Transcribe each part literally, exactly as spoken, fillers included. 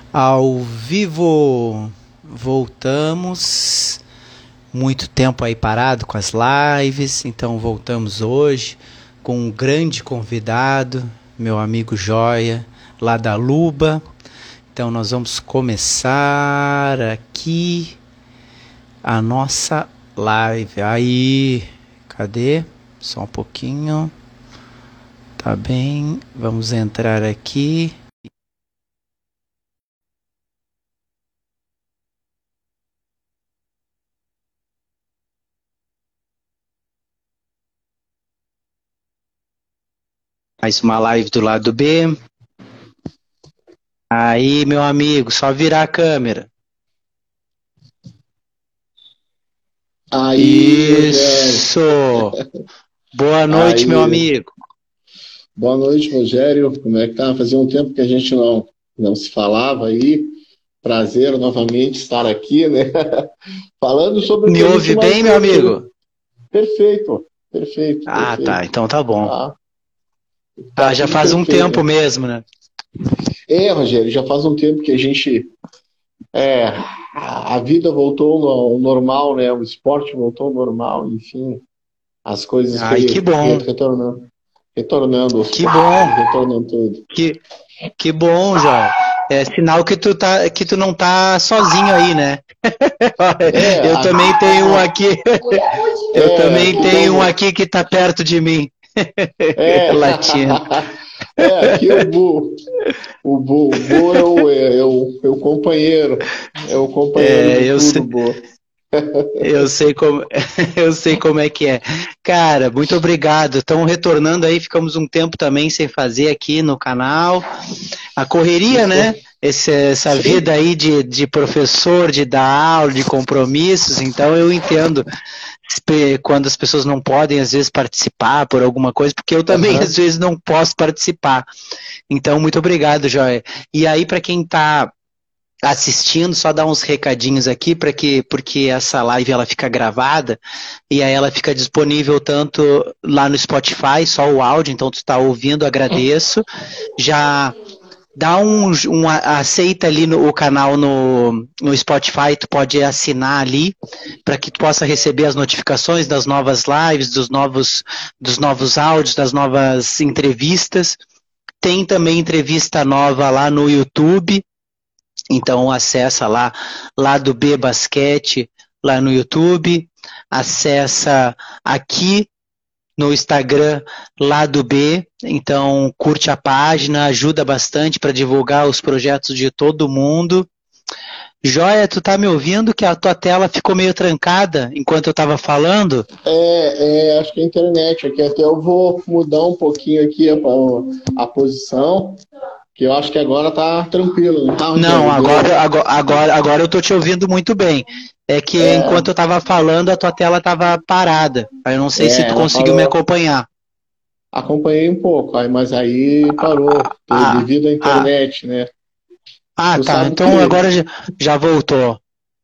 Ao vivo, voltamos. Muito tempo aí parado com as lives, então voltamos hoje com um grande convidado, meu amigo Joia, lá da Luba. Então nós vamos começar aqui a nossa live. Aí, cadê? Só um pouquinho. Tá bem, vamos entrar aqui. Mais uma live do lado B. Aí, meu amigo, só virar a câmera. Aí, isso! Boa noite, Aí. meu amigo. Boa noite, Rogério. Como é que tá? Fazia um tempo que a gente não, não se falava aí. Prazer novamente estar aqui, né? Falando sobre o Me que a ouve gente mais bem, meu curte, né? amigo? Perfeito, perfeito, Ah, perfeito. tá. Então tá bom. Ah, tá Ah, já tudo faz um perfeito. tempo mesmo, né? É, Rogério, já faz um tempo que a gente... É, a a vida voltou ao normal, né? O esporte voltou ao normal, enfim. As coisas Ai, que re, bom. re- retornando. Retornando, Que bom. retornando tudo. Que, que bom, Joia. É sinal que tu, tá, que tu não tá sozinho aí, né? É, Eu a- também tenho um aqui. Eu É, também aqui tenho um estamos. aqui que tá perto de mim. É, Latindo. é, aqui é o Bu. O Bu, o Bu é o, é, o, é o companheiro. É o companheiro É, de eu tudo, sei. Bu. Eu sei como, eu sei como é que é. Cara, muito obrigado. Estão retornando aí, ficamos um tempo também sem fazer aqui no canal. A correria, Isso. né? Esse, essa Sim. vida aí de, de professor, de dar aula, de compromissos, então eu entendo quando as pessoas não podem, às vezes, participar por alguma coisa, porque eu também, Aham. às vezes, não posso participar. Então, muito obrigado, Joia. E aí, para quem está assistindo, só dar uns recadinhos aqui para que porque essa live ela fica gravada e aí ela fica disponível tanto lá no Spotify, só o áudio, então tu está ouvindo, agradeço. Já dá um, um aceita ali no o canal no, no Spotify, tu pode assinar ali para que tu possa receber as notificações das novas lives, dos novos dos novos áudios, das novas entrevistas. Tem também entrevista nova lá no YouTube. Então acessa lá, Lado B Basquete, lá no YouTube, acessa aqui no Instagram, Lado B, então curte a página, ajuda bastante para divulgar os projetos de todo mundo. Joia, tu tá me ouvindo que a tua tela ficou meio trancada enquanto eu estava falando? É, é, acho que a internet aqui, até eu vou mudar um pouquinho aqui a, a posição, que eu acho que agora tá tranquilo, não tá, Rogério? Não, Deu- agora, agora, agora, agora eu tô te ouvindo muito bem. É que É. enquanto eu estava falando, a tua tela estava parada. Aí eu não sei É, se tu ela conseguiu me parou. acompanhar. Acompanhei um pouco, aí, mas aí parou, Ah, devido à ah, internet, né? ah, Tu tá. sabe Então que agora já, já voltou.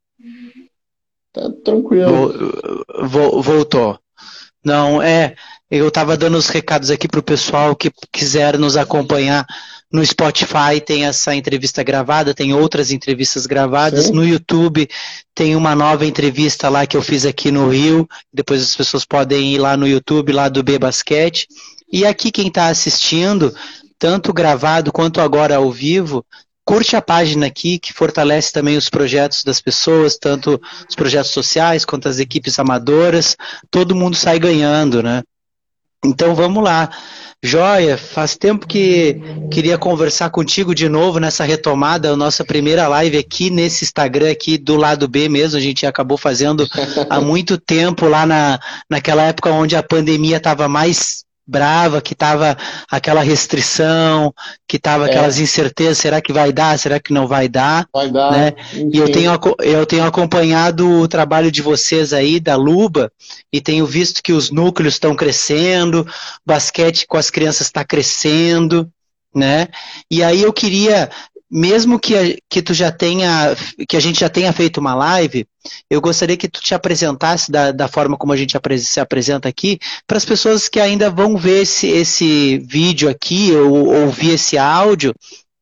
tá tranquilo. Vol- vol- Voltou. Não, é. Eu estava dando os recados aqui para o pessoal que quiser nos acompanhar no Spotify. Tem essa entrevista gravada, tem outras entrevistas gravadas. Sim. No YouTube tem uma nova entrevista lá que eu fiz aqui no Rio. Depois as pessoas podem ir lá no YouTube, lá do B Basquete. E aqui quem está assistindo, tanto gravado quanto agora ao vivo, curte a página aqui, que fortalece também os projetos das pessoas, tanto os projetos sociais quanto as equipes amadoras. Todo mundo sai ganhando, né? Então vamos lá. Joia, faz tempo que queria conversar contigo de novo nessa retomada, a nossa primeira live aqui nesse Instagram aqui do lado B mesmo, a gente acabou fazendo há muito tempo lá na, naquela época onde a pandemia estava mais brava, que estava aquela restrição, que estava aquelas É, incertezas, será que vai dar, será que não vai dar, vai dar, né? E eu enfim. tenho, aco- eu tenho acompanhado o trabalho de vocês aí, da Luba, e tenho visto que os núcleos estão crescendo, o basquete com as crianças está crescendo, né? E aí eu queria, mesmo que, a- que tu já tenha, que a gente já tenha feito uma live, eu gostaria que tu te apresentasse da, da forma como a gente apre- se apresenta aqui, para as pessoas que ainda vão ver esse, esse vídeo aqui ou ouvir esse áudio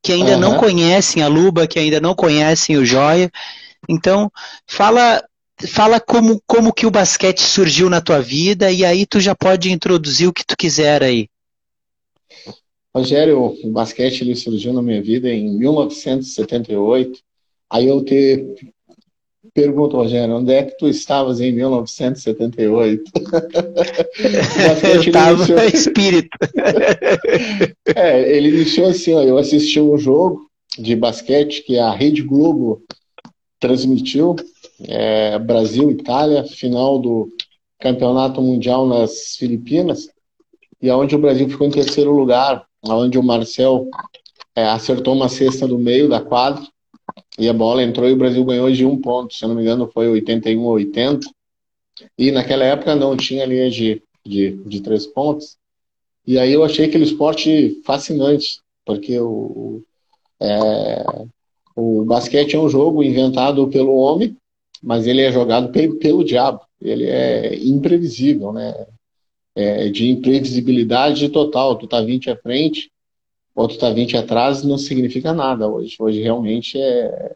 que ainda não Aham. conhecem a Luba, que ainda não conhecem o Joia. Então, fala, fala como, como que o basquete surgiu na tua vida e aí tu já pode introduzir o que tu quiser aí. Rogério, o basquete ele surgiu na minha vida em mil novecentos e setenta e oito. Aí eu te pergunto, Rogério, onde é que tu estavas em mil novecentos e setenta e oito? O Eu basquete ele tava iniciou, espírito. é, ele iniciou assim, ó, eu assisti um jogo de basquete que a Rede Globo transmitiu, é, Brasil e Itália, final do Campeonato Mundial nas Filipinas, e onde o Brasil ficou em terceiro lugar, onde o Marcel é, acertou uma cesta no meio da quadra e a bola entrou e o Brasil ganhou de um ponto, se eu não me engano foi oitenta e um a oitenta, e naquela época não tinha linha de, de, de três pontos, e aí eu achei aquele esporte fascinante, porque o, o basquete é um jogo inventado pelo homem, mas ele é jogado pe- pelo diabo, ele é imprevisível, né? É de imprevisibilidade total, tu tá vinte à frente, ou tu tá vinte atrás, não significa nada hoje, hoje realmente é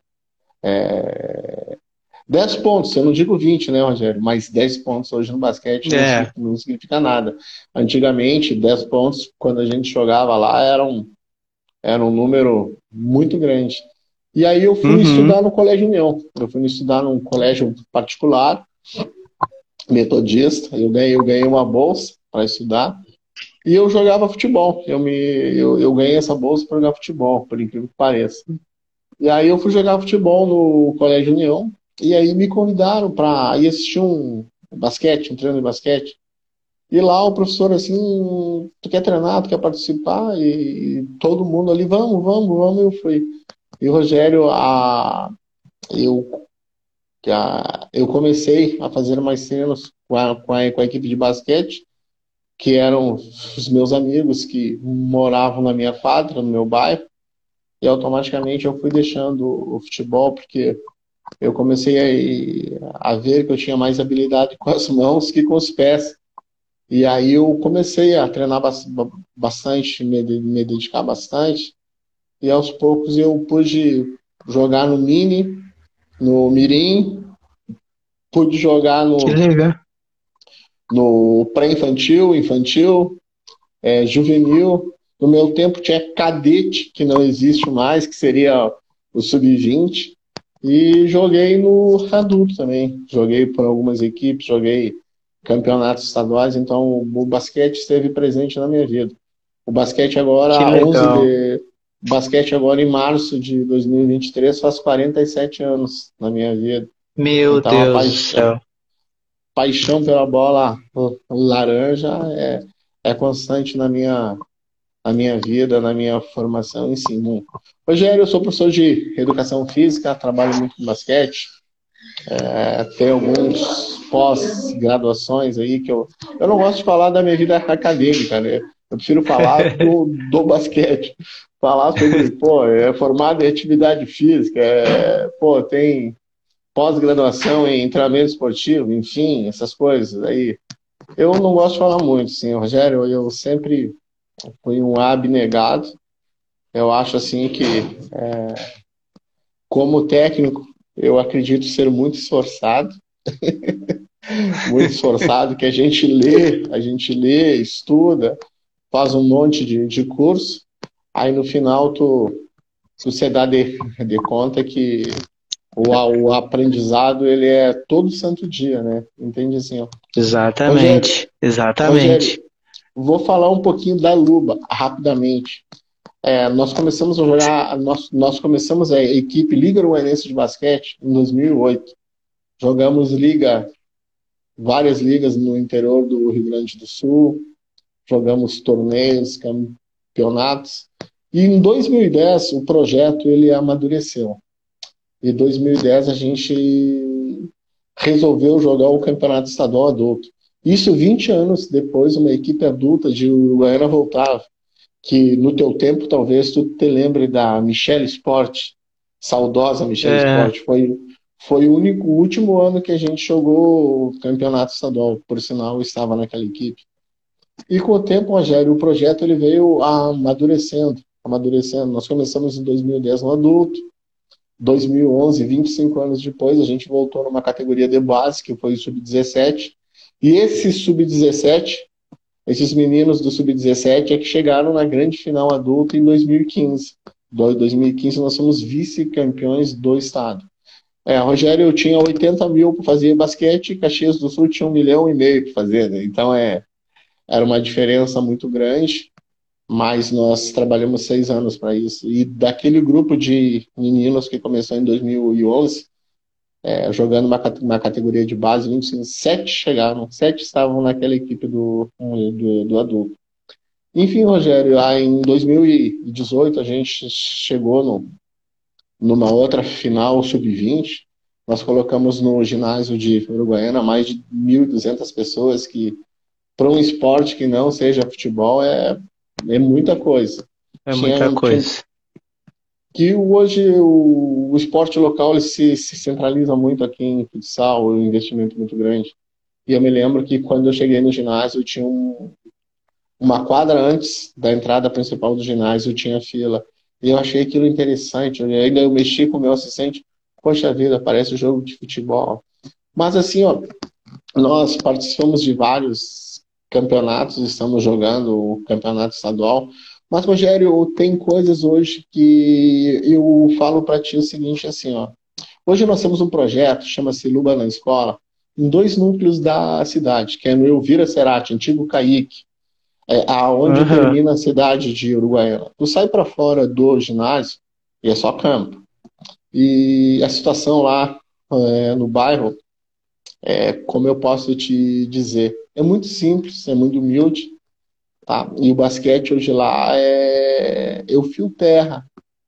dez pontos, eu não digo vinte, né, Rogério? Mas dez pontos hoje no basquete não, É. não significa nada. Antigamente, dez pontos, quando a gente jogava lá, era um, era um número muito grande. E aí eu fui Uhum. estudar no Colégio União. Eu fui estudar num colégio particular, metodista. Eu ganhei, eu ganhei uma bolsa para estudar. E eu jogava futebol. Eu, me, eu, eu ganhei essa bolsa para jogar futebol, por incrível que pareça. E aí eu fui jogar futebol no Colégio União. E aí me convidaram para ir assistir um basquete, um treino de basquete. E lá o professor assim, tu quer treinar, tu quer participar? E, e todo mundo ali, vamos, vamos, vamos. Eu fui. E o Rogério, a, eu, a, eu comecei a fazer mais treinos com a, com a, com a equipe de basquete, que eram os meus amigos que moravam na minha quadra, no meu bairro. E automaticamente eu fui deixando o futebol, porque eu comecei a, a ver que eu tinha mais habilidade com as mãos que com os pés. E aí eu comecei a treinar bastante, me, me dedicar bastante. E aos poucos eu pude jogar no mini, no mirim, pude jogar Que no, legal. no pré-infantil, infantil, é, juvenil. No meu tempo tinha cadete, que não existe mais, que seria o sub vinte. E joguei no adulto também. Joguei por algumas equipes, joguei campeonatos estaduais, então o basquete esteve presente na minha vida. O basquete Que agora, onze legal. de... O basquete agora em março de dois mil e vinte e três faz quarenta e sete anos na minha vida. Meu Então a, Deus do paix... a céu. paixão pela bola laranja é, é constante na minha, na minha vida, na minha formação em si. Rogério, eu sou professor de educação física, trabalho muito com basquete, é, tenho alguns pós-graduações aí que eu, eu não gosto de falar da minha vida acadêmica, né? Eu prefiro falar do, do basquete, falar sobre, pô, é formado em atividade física, é, pô, tem pós-graduação em treinamento esportivo, enfim, essas coisas aí. Eu não gosto de falar muito, sim, Rogério, eu sempre fui um abnegado. Eu acho assim que, como técnico, eu acredito ser muito esforçado, muito esforçado, que a gente lê, a gente lê, estuda, faz um monte de, de curso, aí no final tu, tu se dá de, de conta que o, o aprendizado ele é todo santo dia, né? Entende assim, ó. Rogério, Exatamente. Rogério, Exatamente. vou falar um pouquinho da Luba, rapidamente. É, nós começamos a jogar, nós, nós começamos a equipe Liga Uruguaiense de Basquete em dois mil e oito. Jogamos liga, várias ligas no interior do Rio Grande do Sul, jogamos torneios, campeonatos. E em dois mil e dez o projeto ele amadureceu. Em dois mil e dez a gente resolveu jogar o campeonato estadual adulto. Isso vinte anos depois, uma equipe adulta de Uruguaiana voltava, que no teu tempo talvez tu te lembre da Michelle Sport, saudosa Michelle É, Sport, foi, foi o único, o último ano que a gente jogou o campeonato estadual, por sinal eu estava naquela equipe. E com o tempo, Rogério, o projeto ele veio amadurecendo, amadurecendo. Nós começamos em dois mil e dez no adulto, dois mil e onze, vinte e cinco anos depois, a gente voltou numa categoria de base, que foi o sub dezessete, e esse sub dezessete, esses meninos do sub dezessete é que chegaram na grande final adulta em dois mil e quinze. Em dois mil e quinze nós somos vice-campeões do estado. É, Rogério, eu tinha oitenta mil para fazer basquete, Caxias do Sul tinha um milhão e meio para fazer, né? Então é, era uma diferença muito grande, mas nós trabalhamos seis anos para isso. E daquele grupo de meninos que começou em dois mil e onze, é, jogando uma, uma categoria de base, vinte e cinco, sete chegaram, sete estavam naquela equipe do, do, do adulto. Enfim, Rogério, lá em dois mil e dezoito a gente chegou no, numa outra final sub vinte, nós colocamos no ginásio de Uruguaiana mais de mil e duzentas pessoas, que para um esporte que não seja futebol é, é muita coisa. É muita tinha, coisa. Tinha, que hoje o, o esporte local ele se, se centraliza muito aqui em futsal, um investimento muito grande. E eu me lembro que quando eu cheguei no ginásio, tinha um, uma quadra antes da entrada principal do ginásio, tinha fila. E eu achei aquilo interessante. Eu, ainda eu mexi com o meu assistente. Poxa vida, parece um jogo de futebol. Mas assim, ó, nós participamos de vários campeonatos, estamos jogando o campeonato estadual. Mas, Rogério, tem coisas hoje que eu falo para ti o seguinte, assim, ó. Hoje nós temos um projeto, chama-se Luba na Escola, em dois núcleos da cidade, que é no Elvira Cerati, antigo Caique, é, aonde Uhum. termina a cidade de Uruguaiana. Tu sai para fora do ginásio e é só campo. E a situação lá é, no bairro, é, como eu posso te dizer, é muito simples, é muito humilde, tá? E o basquete hoje lá é, é o fio terra,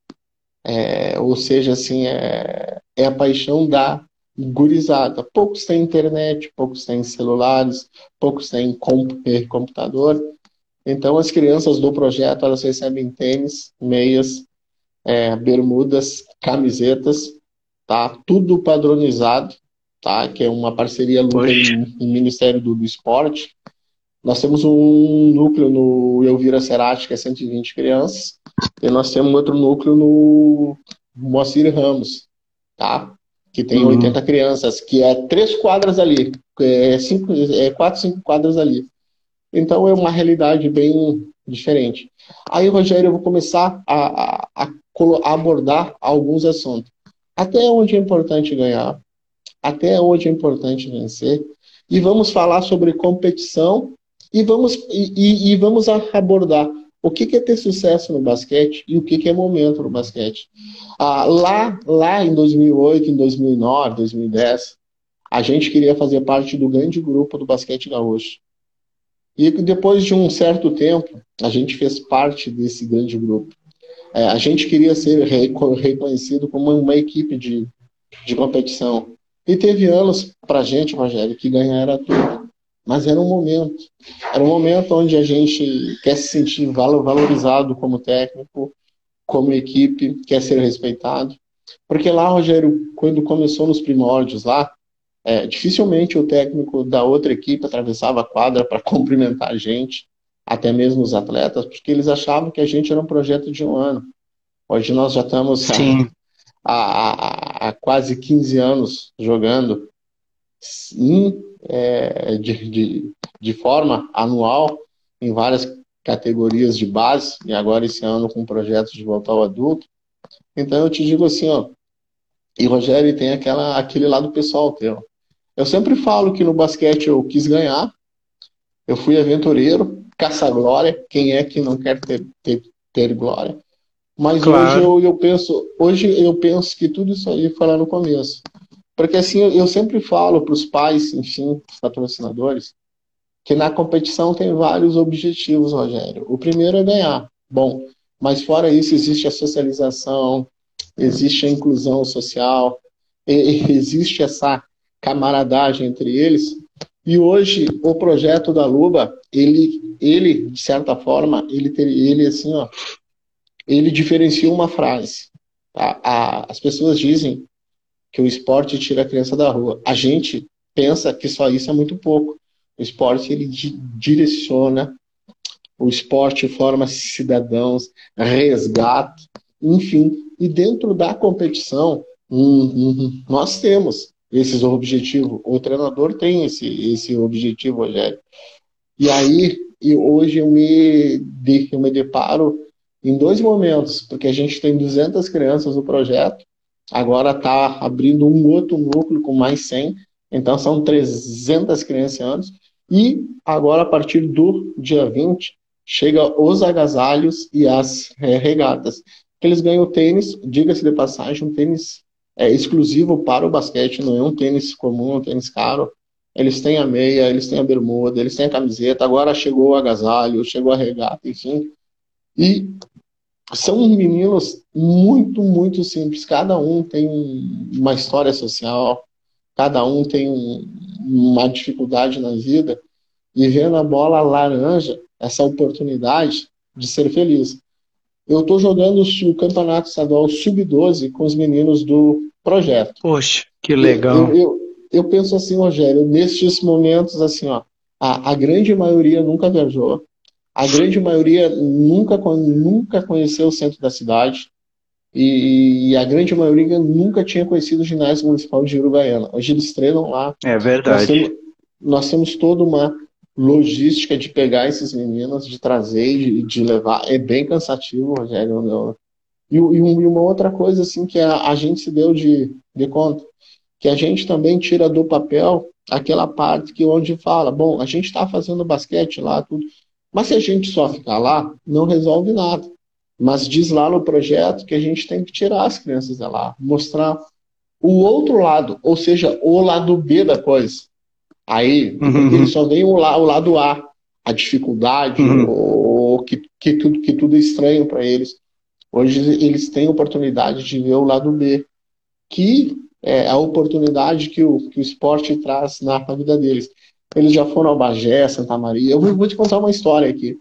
é, ou seja, assim, é, é a paixão da gurizada. Poucos têm internet, poucos têm celulares, poucos têm computador. Então, as crianças do projeto, elas recebem tênis, meias, é, bermudas, camisetas, tá? Tudo padronizado, tá? Que é uma parceria Luba em, em Ministério do, do Esporte. Nós temos um núcleo no Elvira Cerati, que é cento e vinte crianças, e nós temos outro núcleo no Moacir Ramos, tá? Que tem uhum. oitenta crianças, que é três quadras ali, é, cinco, é quatro, cinco quadras ali. Então é uma realidade bem diferente. Aí, Rogério, eu vou começar a, a, a abordar alguns assuntos. Até onde é importante ganhar, até onde é importante vencer, e vamos falar sobre competição e vamos, e, e, e vamos abordar o que, que é ter sucesso no basquete e o que, que é momento no basquete. Ah, lá, lá em dois mil e oito, em dois mil e nove, dois mil e dez, a gente queria fazer parte do grande grupo do basquete gaúcho. E depois de um certo tempo, a gente fez parte desse grande grupo. É, a gente queria ser reconhecido como uma equipe de, de competição. E teve anos pra gente, Rogério, que ganhar era tudo. Mas era um momento. Era um momento onde a gente quer se sentir valorizado como técnico, como equipe, quer ser respeitado. Porque lá, Rogério, quando começou nos primórdios lá, é, dificilmente o técnico da outra equipe atravessava a quadra para cumprimentar a gente, até mesmo os atletas, porque eles achavam que a gente era um projeto de um ano. Hoje nós já estamos há, há, há quase quinze anos jogando em, é, de, de, de forma anual em várias categorias de base, e agora esse ano com projetos de volta ao adulto. Então eu te digo assim, ó, e Rogério, tem aquela, aquele lado pessoal teu. Eu sempre falo que no basquete eu quis ganhar, eu fui aventureiro, caça-glória, quem é que não quer ter, ter, ter glória? Mas claro. hoje, eu, eu penso, hoje eu penso que tudo isso aí foi lá no começo. Porque assim, eu sempre falo para os pais, enfim, os patrocinadores, que na competição tem vários objetivos, Rogério. O primeiro é ganhar. Bom, mas fora isso existe a socialização, existe a inclusão social, existe essa camaradagem entre eles. E hoje o projeto da Luba, ele, ele de certa forma, ele, ele assim, ó, ele diferencia uma frase. Tá? A, as pessoas dizem que o esporte tira a criança da rua. A gente pensa que só isso é muito pouco. O esporte, ele di- direciona o esporte forma cidadãos, resgata, enfim. E dentro da competição, hum, hum, nós temos esses objetivos. O treinador tem esse, esse objetivo, Rogério. E aí, e hoje eu me, de- eu me deparo em dois momentos, porque a gente tem duzentas crianças no projeto, agora está abrindo um outro núcleo com mais cem, então são trezentas crianças anos, e agora, a partir do dia vinte, chega os agasalhos e as eh, regatas. Eles ganham tênis, diga-se de passagem, um tênis é, exclusivo para o basquete, não é um tênis comum, um tênis caro. Eles têm a meia, eles têm a bermuda, eles têm a camiseta, agora chegou o agasalho, chegou a regata, enfim. E são meninos muito, muito simples. Cada um tem uma história social, cada um tem um- uma dificuldade na vida, e vendo a bola laranja, essa oportunidade de ser feliz. Eu estou jogando o campeonato estadual sub doze com os meninos do projeto. Poxa, que Eu, eu, legal. eu, eu penso assim, Rogério, nestes momentos, assim, ó, a, a grande maioria nunca viajou, a grande maioria nunca, con- nunca conheceu o centro da cidade, e, e a grande maioria nunca tinha conhecido o ginásio municipal de Uruguaiana. Hoje eles treinam lá. É Nós verdade. temos, nós temos toda uma logística de pegar esses meninos, de trazer e de, de levar. É bem cansativo, Rogério. Eu- E, e um- e uma outra coisa assim que a, a gente se deu de, de conta, que a gente também tira do papel aquela parte que onde fala, bom, a gente está fazendo basquete lá, tudo, mas se a gente só ficar lá, não resolve nada. Mas diz lá no projeto que a gente tem que tirar as crianças de lá, mostrar o outro lado, ou seja, o lado B da coisa. Aí, porque eles Uhum, só veem o, la- o lado A, a dificuldade, uhum. ou que, que, tudo, que tudo é estranho para eles. Hoje eles têm oportunidade de ver o lado B, que é a oportunidade que o, que o esporte traz na, na vida deles. Eles já foram ao Bagé, Santa Maria. Eu vou, vou te contar uma história aqui.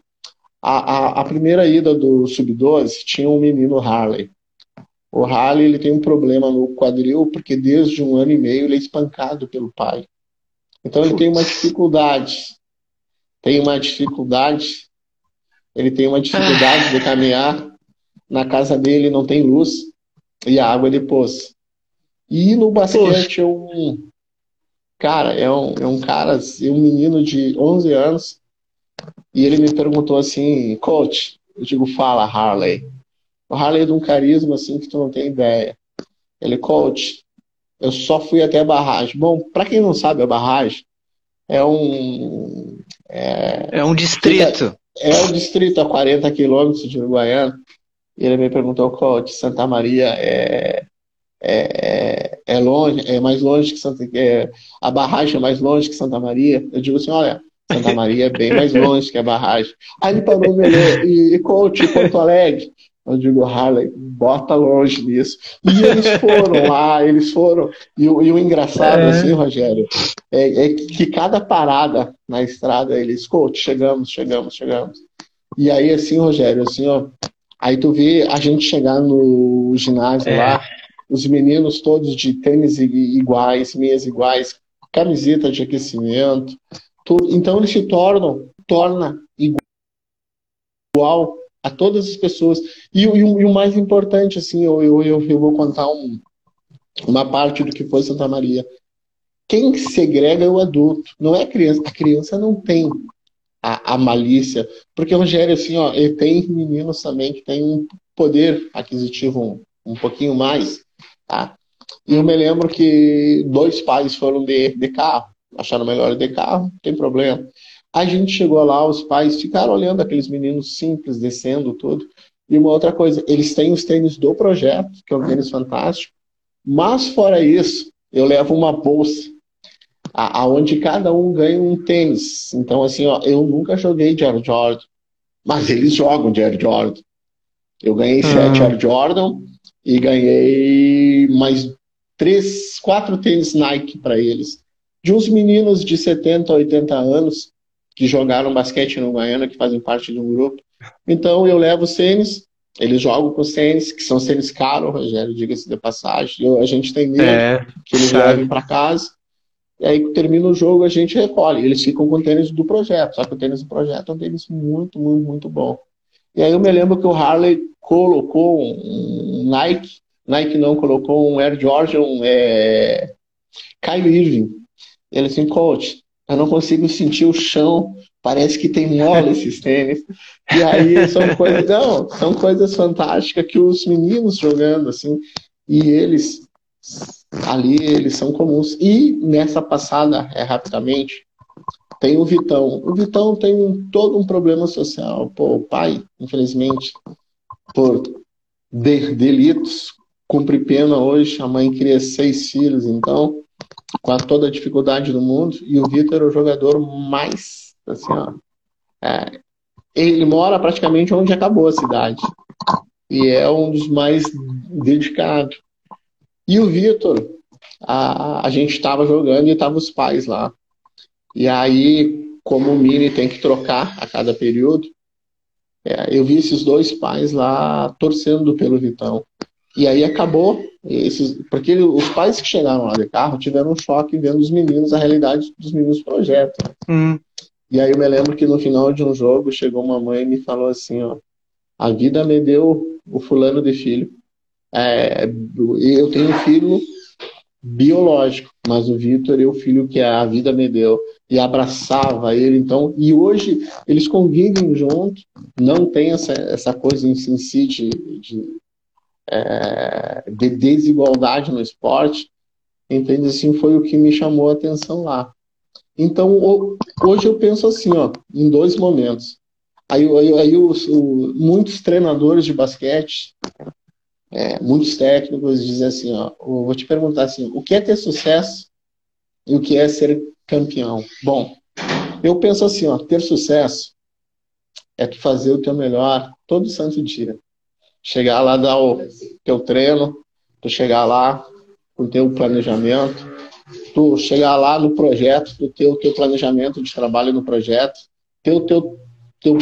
A, a, a primeira ida do sub doze tinha um menino Harley. O Harley ele tem um problema no quadril porque desde um ano e meio ele é espancado pelo pai. Então ele tem uma Putz. dificuldade, tem uma dificuldade, ele tem uma dificuldade de Ah, caminhar. Na casa dele não tem luz e a água é de poço. E no poxa. basquete é um cara, é um, é um cara, assim, um menino de onze anos, e ele me perguntou assim, coach, eu digo, fala, Harley. O Harley é de um carisma assim que tu não tem ideia. Ele, coach, eu só fui até a barragem. Bom, para quem não sabe, a barragem é um É um fica distrito. é o distrito a quarenta quilômetros de Uruguaiana. E ele me perguntou, coach, Santa Maria é é, é longe, é mais longe que Santa, é, a barragem é mais longe que Santa Maria. Eu digo assim, olha, Santa Maria é bem mais longe que a barragem. Aí ele parou, me olhou, e, e coach, Porto Alegre? Eu digo, Harley, bota longe nisso. E eles foram lá, eles foram. E, o- e o engraçado, assim, É, Rogério, é, é que cada parada na estrada, eles, coach, chegamos, chegamos, chegamos. E aí, assim, Rogério, assim, ó, aí tu vê a gente chegar no ginásio é. lá, os meninos todos de tênis i- iguais, meias iguais, camiseta de aquecimento, tudo. Então eles se tornam, torna igual a todas as pessoas. E, o- e o e o mais importante, assim, eu, eu, eu eu vou contar um- uma parte do que foi Santa Maria. Quem segrega é o adulto, não é a criança. A criança não tem a, a malícia, porque o Rogério, assim, ó, ele tem meninos também que têm um poder aquisitivo um, um pouquinho mais, tá? E eu me lembro que dois pais foram de, de carro, acharam melhor ir de carro, não tem problema. A gente chegou lá, os pais ficaram olhando aqueles meninos simples, descendo tudo. E uma outra coisa, eles têm os tênis do projeto, que é um tênis fantástico, mas fora isso, eu levo uma bolsa a- aonde cada um ganha um tênis. Então, assim, ó, eu nunca joguei de Air Jordan, mas eles jogam de Air Jordan. Eu ganhei sete Hum, Air Jordan e ganhei mais três, quatro tênis Nike para eles. De uns meninos de setenta, oitenta anos que jogaram basquete no Guaiana, que fazem parte de um grupo. Então, eu levo os tênis, eles jogam com os tênis, que são tênis caros, Rogério, diga-se de passagem. Eu- a gente tem medo é, que eles levem sabe. para casa. E aí, termina o jogo, a gente recolhe. Eles ficam com o tênis do projeto. Só que o tênis do projeto é um tênis muito, muito, muito bom. E aí eu me lembro que o Harley colocou um Nike, Nike não, colocou um Air Jordan, é, Kyrie Irving. Ele assim, coach, eu não consigo sentir o chão, parece que tem mola esses tênis. E aí são coisas, não, são coisas fantásticas que os meninos jogando, assim, e eles ali, eles são comuns. E nessa passada, é, rapidamente, tem o Vitão. O Vitão tem todo um problema social. Pô, o pai, infelizmente, por de- delitos, cumpre pena hoje. A mãe cria seis filhos, então, com a toda a dificuldade do mundo. E o Vitor é o jogador mais, assim, ó, é, ele mora praticamente onde acabou a cidade. E é um dos mais dedicados. E o Vitor, a, a gente estava jogando e estavam os pais lá. E aí, como o Mini tem que trocar a cada período, é, eu vi esses dois pais lá torcendo pelo Vitão. E aí acabou, esses, porque os pais que chegaram lá de carro tiveram um choque vendo os meninos, a realidade dos meninos do projeto. Hum. E aí eu me lembro que no final de um jogo chegou uma mãe e me falou assim, ó, a vida me deu o fulano de filho. É, eu tenho um filho biológico, mas o Vitor é o filho que a vida me deu. E abraçava ele, então, e hoje eles convivem junto, não tem essa, essa coisa em si de, de, é, de desigualdade no esporte, entende? Assim, foi o que me chamou a atenção lá. Então, hoje eu penso assim, ó, em dois momentos. Aí, aí, aí os, o, muitos treinadores de basquete, é, muitos técnicos dizem assim, ó, eu vou te perguntar assim, o que é ter sucesso e o que é ser campeão? Bom, eu penso assim, ó, ter sucesso é tu fazer o teu melhor todo santo dia. Chegar lá, dar o teu treino, tu chegar lá com o teu planejamento, tu chegar lá no projeto, tu ter o teu planejamento de trabalho no projeto, ter o teu, teu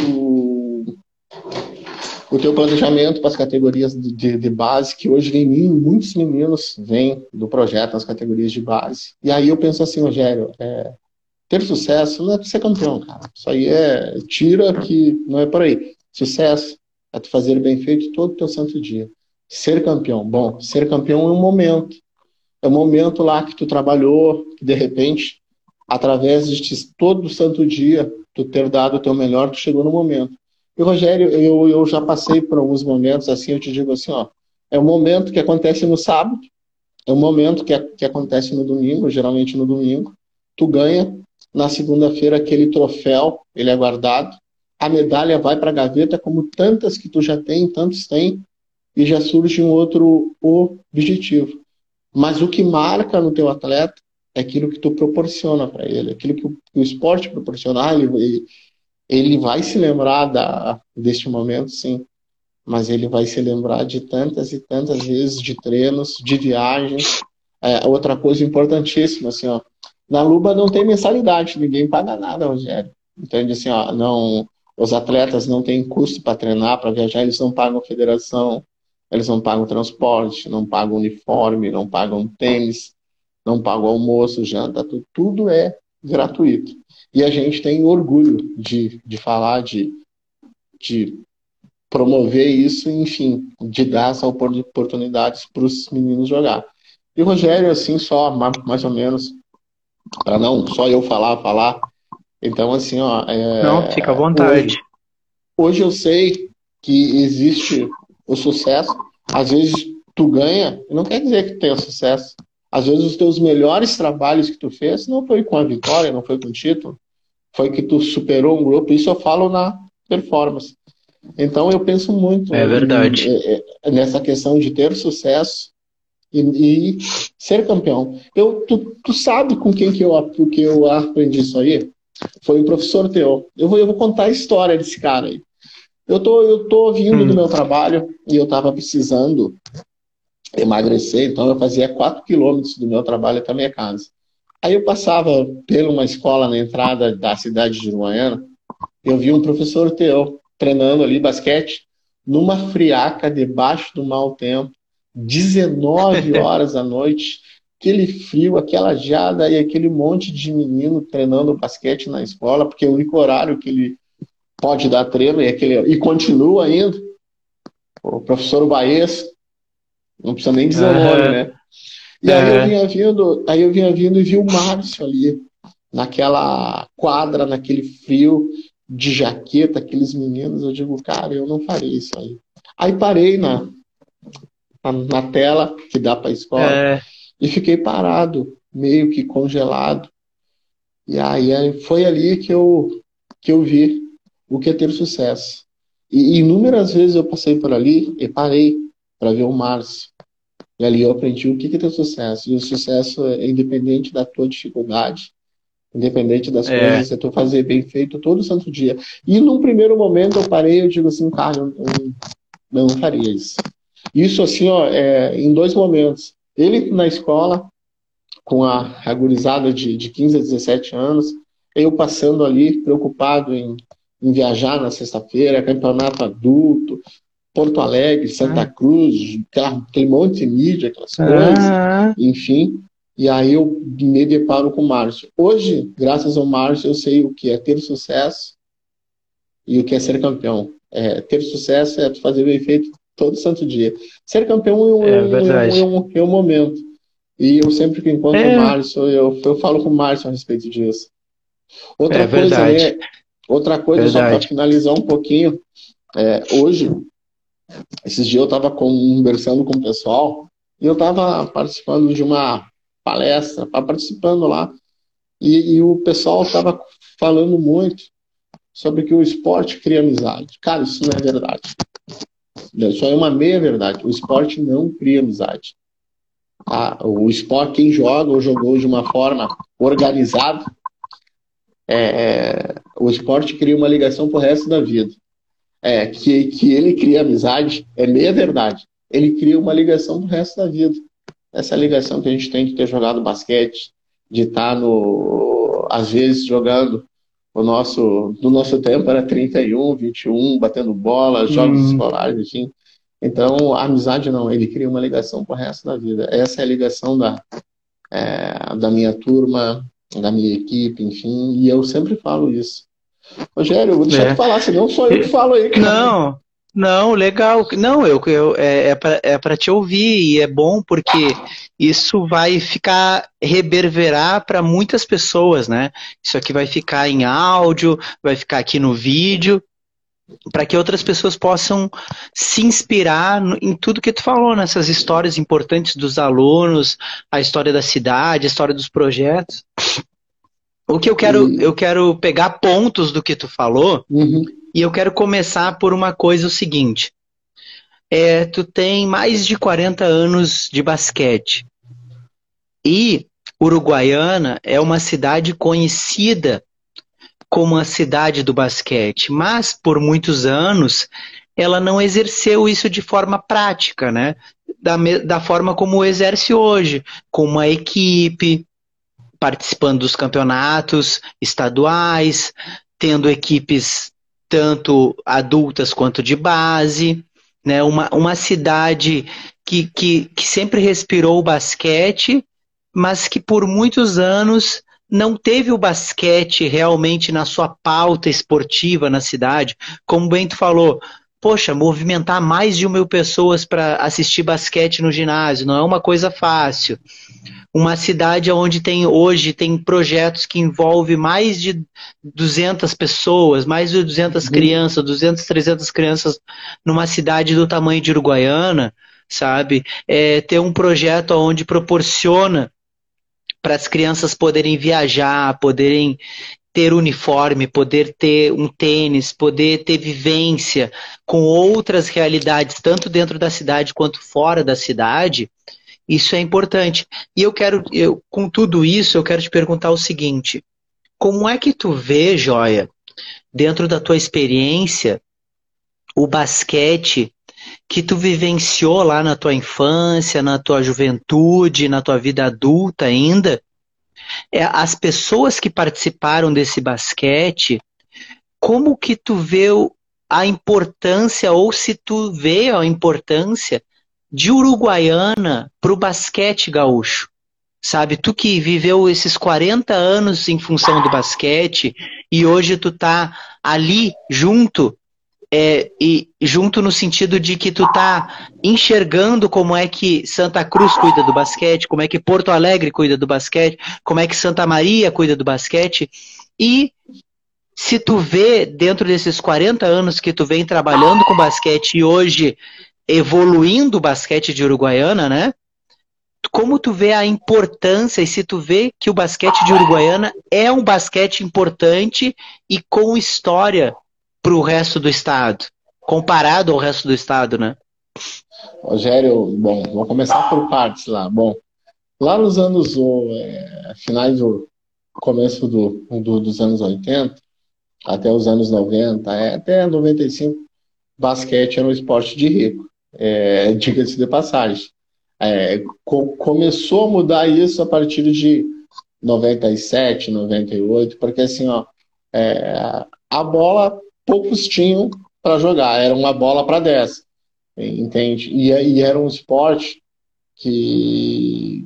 o teu planejamento para as categorias de, de base, que hoje vem muitos meninos vêm do projeto nas categorias de base. E aí eu penso assim, Rogério, é, ter sucesso não é ser campeão, cara. Isso aí é tira que não é por aí. Sucesso é tu fazer bem feito todo o teu santo dia. Ser campeão, bom, ser campeão é um momento. É um momento lá que tu trabalhou, que de repente, através de todo o santo dia, tu ter dado o teu melhor, tu chegou no momento. E, Rogério, eu, eu já passei por alguns momentos assim, eu te digo assim, ó, é um momento que acontece no sábado, é um momento que, que acontece no domingo, geralmente no domingo, tu ganha, na segunda-feira aquele troféu, ele é guardado, a medalha vai para a gaveta, como tantas que tu já tem, tantos tem, e já surge um outro objetivo. Mas o que marca no teu atleta é aquilo que tu proporciona para ele, aquilo que o, que o esporte proporcionar, ele, ele vai se lembrar da, deste momento, sim, mas ele vai se lembrar de tantas e tantas vezes de treinos, de viagens. É, outra coisa importantíssima, assim, ó, na Luba não tem mensalidade, ninguém paga nada, Rogério. Entende? Assim, ó, não, os atletas não têm custo para treinar, para viajar, eles não pagam federação, eles não pagam transporte, não pagam uniforme, não pagam tênis, não pagam almoço, janta, tudo, tudo é gratuito. E a gente tem orgulho de, de falar, de, de promover isso, enfim, de dar essa oportunidades para os meninos jogar. E o Rogério, assim, só mais ou menos, para não só eu falar, falar. Então, assim, ó, Não, fica à é, vontade. hoje, hoje eu sei que existe o sucesso. Às vezes tu ganha, não quer dizer que tenha sucesso. Às vezes os teus melhores trabalhos que tu fez não foi com a vitória, não foi com o título, foi que tu superou um grupo. Isso eu falo na performance. Então eu penso muito É em, verdade. em, nessa questão de ter sucesso e, e ser campeão. Eu, tu, tu sabe com quem que eu, que eu aprendi isso aí? Foi um professor teu. Eu vou, eu vou contar a história desse cara aí. Eu tô, eu tô vindo do Hum. meu trabalho e eu tava precisando emagrecer, então eu fazia quatro quilômetros do meu trabalho até a minha casa. Aí eu passava por uma escola na entrada da cidade de Uruguaiana, eu vi um professor teu treinando ali basquete numa friaca debaixo do mau tempo, dezenove horas da noite, aquele frio, aquela geada e aquele monte de menino treinando basquete na escola, porque é o único horário que ele pode dar treino, e, aquele, e continua ainda. O professor Baez, não precisa nem dizer o nome, Aham, né? E aí eu aham. vinha vindo, aí eu vinha vindo e vi o Márcio ali, naquela quadra, naquele frio, de jaqueta, aqueles meninos, eu digo, cara, eu não farei isso aí. Aí parei na, na, na tela que dá para a escola É, e fiquei parado, meio que congelado. E aí aí foi ali que eu, que eu vi o que é ter sucesso. E inúmeras vezes eu passei por ali e parei para ver o Márcio. E ali eu aprendi o que é ter sucesso. E o sucesso é independente da tua dificuldade, independente das é, coisas, é tu fazer bem feito todo santo dia. E num primeiro momento eu parei, eu digo assim, cara, eu, eu não faria isso. Isso assim, ó, é, em dois momentos. Ele na escola, com a, a gurizada de, de quinze a dezessete anos, eu passando ali, preocupado em, em viajar na sexta-feira, campeonato adulto, Porto Alegre, Santa ah, Cruz, aquela, aquele monte de mídia, aquelas coisas, ah, enfim. E aí eu me deparo com o Márcio. Hoje, graças ao Márcio, eu sei o que é ter sucesso e o que é ser campeão. É, ter sucesso é fazer bem feito todo santo dia. Ser campeão é um, é é um, é um, é verdade. um, é um momento. E eu sempre que encontro o É, Márcio, eu, eu falo com o Márcio a respeito disso. é Outra coisa, verdade, né? Outra coisa, só para verdade. finalizar um pouquinho, é, hoje, esses dias eu estava conversando com o pessoal e eu estava participando de uma palestra, tava participando lá, e, e o pessoal estava falando muito sobre que o esporte cria amizade. Cara, isso não é verdade. Isso é uma meia verdade. O esporte não cria amizade. Ah, o esporte, quem joga ou jogou de uma forma organizada, é, o esporte cria uma ligação pro resto da vida. É, que, que ele cria amizade é meia verdade. Ele cria uma ligação pro resto da vida. Essa ligação que a gente tem de ter jogado basquete, de estar no, às vezes jogando o nosso, no nosso tempo era trinta e um, vinte e um, batendo bola, jogos Hum, escolares, enfim. Então, a amizade não, ele cria uma ligação pro resto da vida. Essa é a ligação da, é, da minha turma, da minha equipe, enfim, e eu sempre falo isso. Rogério, eu vou deixar tu é. falar, senão sou eu que E- falo aí, cara. Não, não, legal. Não, eu, eu é, é para é para te ouvir e é bom porque isso vai ficar reverberar para muitas pessoas, né? Isso aqui vai ficar em áudio, vai ficar aqui no vídeo, para que outras pessoas possam se inspirar no- em tudo que tu falou, nessas histórias importantes dos alunos, a história da cidade, a história dos projetos. O que eu quero, E, eu quero pegar pontos do que tu falou uhum, e eu quero começar por uma coisa o seguinte. É, tu tem mais de quarenta anos de basquete e Uruguaiana é uma cidade conhecida como a cidade do basquete, mas por muitos anos ela não exerceu isso de forma prática, né? Da, me- da forma como exerce hoje, com uma equipe, participando dos campeonatos estaduais, tendo equipes tanto adultas quanto de base, né? Uma, uma cidade que, que, que sempre respirou o basquete, mas que por muitos anos não teve o basquete realmente na sua pauta esportiva na cidade. Como o Bento falou, poxa, movimentar mais de mil pessoas para assistir basquete no ginásio não é uma coisa fácil. Uma cidade onde tem hoje tem projetos que envolvem mais de duzentas pessoas, mais de duzentas uhum, crianças, duzentas, trezentas crianças numa cidade do tamanho de Uruguaiana, sabe? É, ter um projeto onde proporciona para as crianças poderem viajar, poderem ter uniforme, poder ter um tênis, poder ter vivência com outras realidades, tanto dentro da cidade quanto fora da cidade, isso é importante. E eu quero, eu, com tudo isso, eu quero te perguntar o seguinte: como é que tu vê, Joia, dentro da tua experiência, o basquete que tu vivenciou lá na tua infância, na tua juventude, na tua vida adulta ainda, é, as pessoas que participaram desse basquete, como que tu vê o- a importância, ou se tu vê a importância de Uruguaiana para o basquete gaúcho? sabe? Tu que viveu esses quarenta anos em função do basquete e hoje tu tá ali junto, é, e junto no sentido de que tu tá enxergando como é que Santa Cruz cuida do basquete, como é que Porto Alegre cuida do basquete, como é que Santa Maria cuida do basquete, e se tu vê dentro desses quarenta anos que tu vem trabalhando com basquete e hoje evoluindo o basquete de Uruguaiana, né? Como tu vê a importância e se tu vê que o basquete de Uruguaiana é um basquete importante e com história para o resto do estado, comparado ao resto do estado, né? Rogério, bom, vou começar por partes lá. Bom, lá nos anos, é, finais do começo do, do, dos anos oitenta, até os anos noventa, é, até noventa e cinco, basquete era um esporte de rico, é, diga-se de passagem. É, co começou a mudar isso a partir de noventa e sete, noventa e oito, porque assim, ó, é, a bola poucos tinham para jogar, era uma bola para dez, entende? E, e era um esporte que,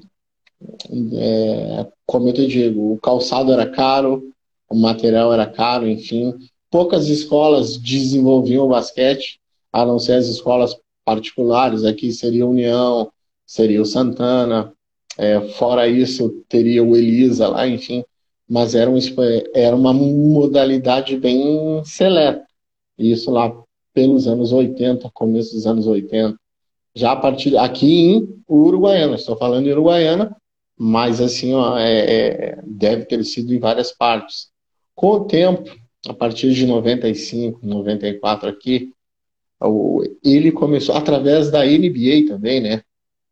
é, como eu te digo, o calçado era caro, o material era caro, enfim. Poucas escolas desenvolviam o basquete, a não ser as escolas particulares. Aqui seria a União, seria o Santana, é, fora isso teria o Elisa lá, enfim. Mas era, um, era uma modalidade bem seleta. Isso lá pelos anos oitenta, começo dos anos oitenta. Já a partir aqui em Uruguaiana, estou falando em Uruguaiana, mas assim, ó, é, é, deve ter sido em várias partes. Com o tempo, a partir de noventa e cinco, noventa e quatro aqui, o, ele começou, através da N B A também, né?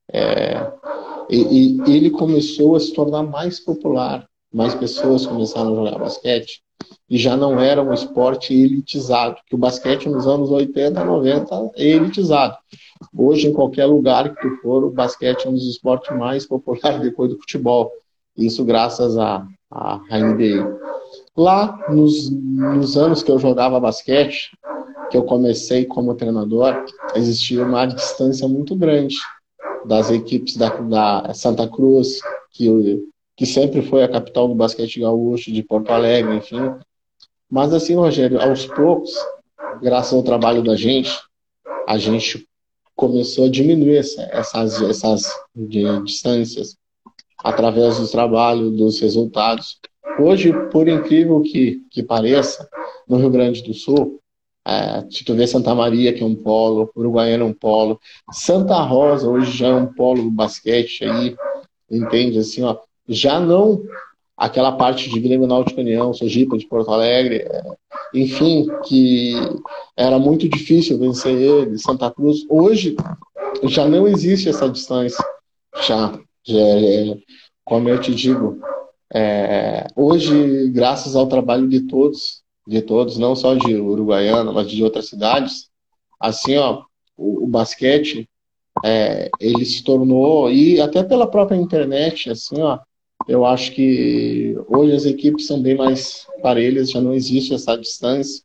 É, e, e ele começou a se tornar mais popular, mais pessoas começaram a jogar basquete, e já não era um esporte elitizado, que o basquete nos anos oitenta, noventa é elitizado. Hoje, em qualquer lugar que tu for, o basquete é um dos esportes mais populares depois do futebol. Isso graças à à N B A. Lá, nos, nos anos que eu jogava basquete, que eu comecei como treinador, existia uma distância muito grande das equipes da, da Santa Cruz, que, que sempre foi a capital do basquete gaúcho, de Porto Alegre, enfim. Mas assim, Rogério, aos poucos, graças ao trabalho da gente, a gente começou a diminuir essa, essas, essas de, distâncias através do trabalho, dos resultados. Hoje, por incrível que, que pareça, no Rio Grande do Sul, é, se tu vê Santa Maria, que é um polo, Uruguaiana é um polo, Santa Rosa hoje já é um polo do basquete aí, entende? Assim, ó, já não aquela parte de Grêmio Náutico União, Sergipe, de Porto Alegre, é, enfim, que era muito difícil vencer ele, Santa Cruz. Hoje já não existe essa distância. Já, já é, como eu te digo, é, hoje, graças ao trabalho de todos, de todos, não só de Uruguaiana, mas de outras cidades, assim, ó, o, o basquete, é, ele se tornou, e até pela própria internet, assim, ó, eu acho que hoje as equipes são bem mais parelhas, já não existe essa distância.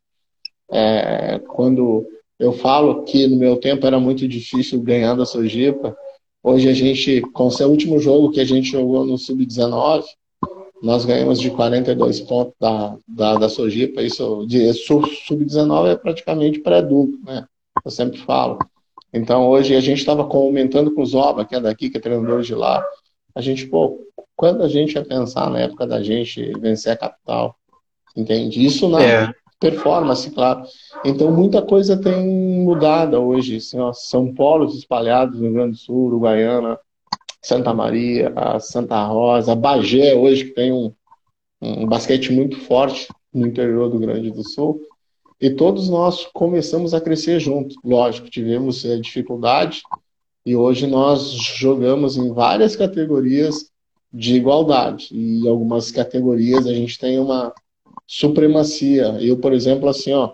É, quando eu falo que no meu tempo era muito difícil ganhar da Sojipa, hoje a gente, com o seu último jogo que a gente jogou no sub dezenove, nós ganhamos de quarenta e dois pontos da, da, da Sojipa. Isso de sub dezenove é praticamente pré-adulto, né? Eu sempre falo. Então hoje a gente estava comentando com o Zoba, que é daqui, que é treinador de lá. A gente, pô, quando a gente ia pensar na época da gente vencer a capital, entende? Isso na É. performance, claro. Então, muita coisa tem mudado hoje. Assim, ó, são polos espalhados no Rio Grande do Sul, Uruguaiana, Santa Maria, a Santa Rosa, Bagé, hoje, que tem um, um basquete muito forte no interior do Rio Grande do Sul. E todos nós começamos a crescer juntos. Lógico, tivemos é, dificuldade, e hoje nós jogamos em várias categorias de igualdade. E em algumas categorias a gente tem uma supremacia. Eu, por exemplo, assim, ó,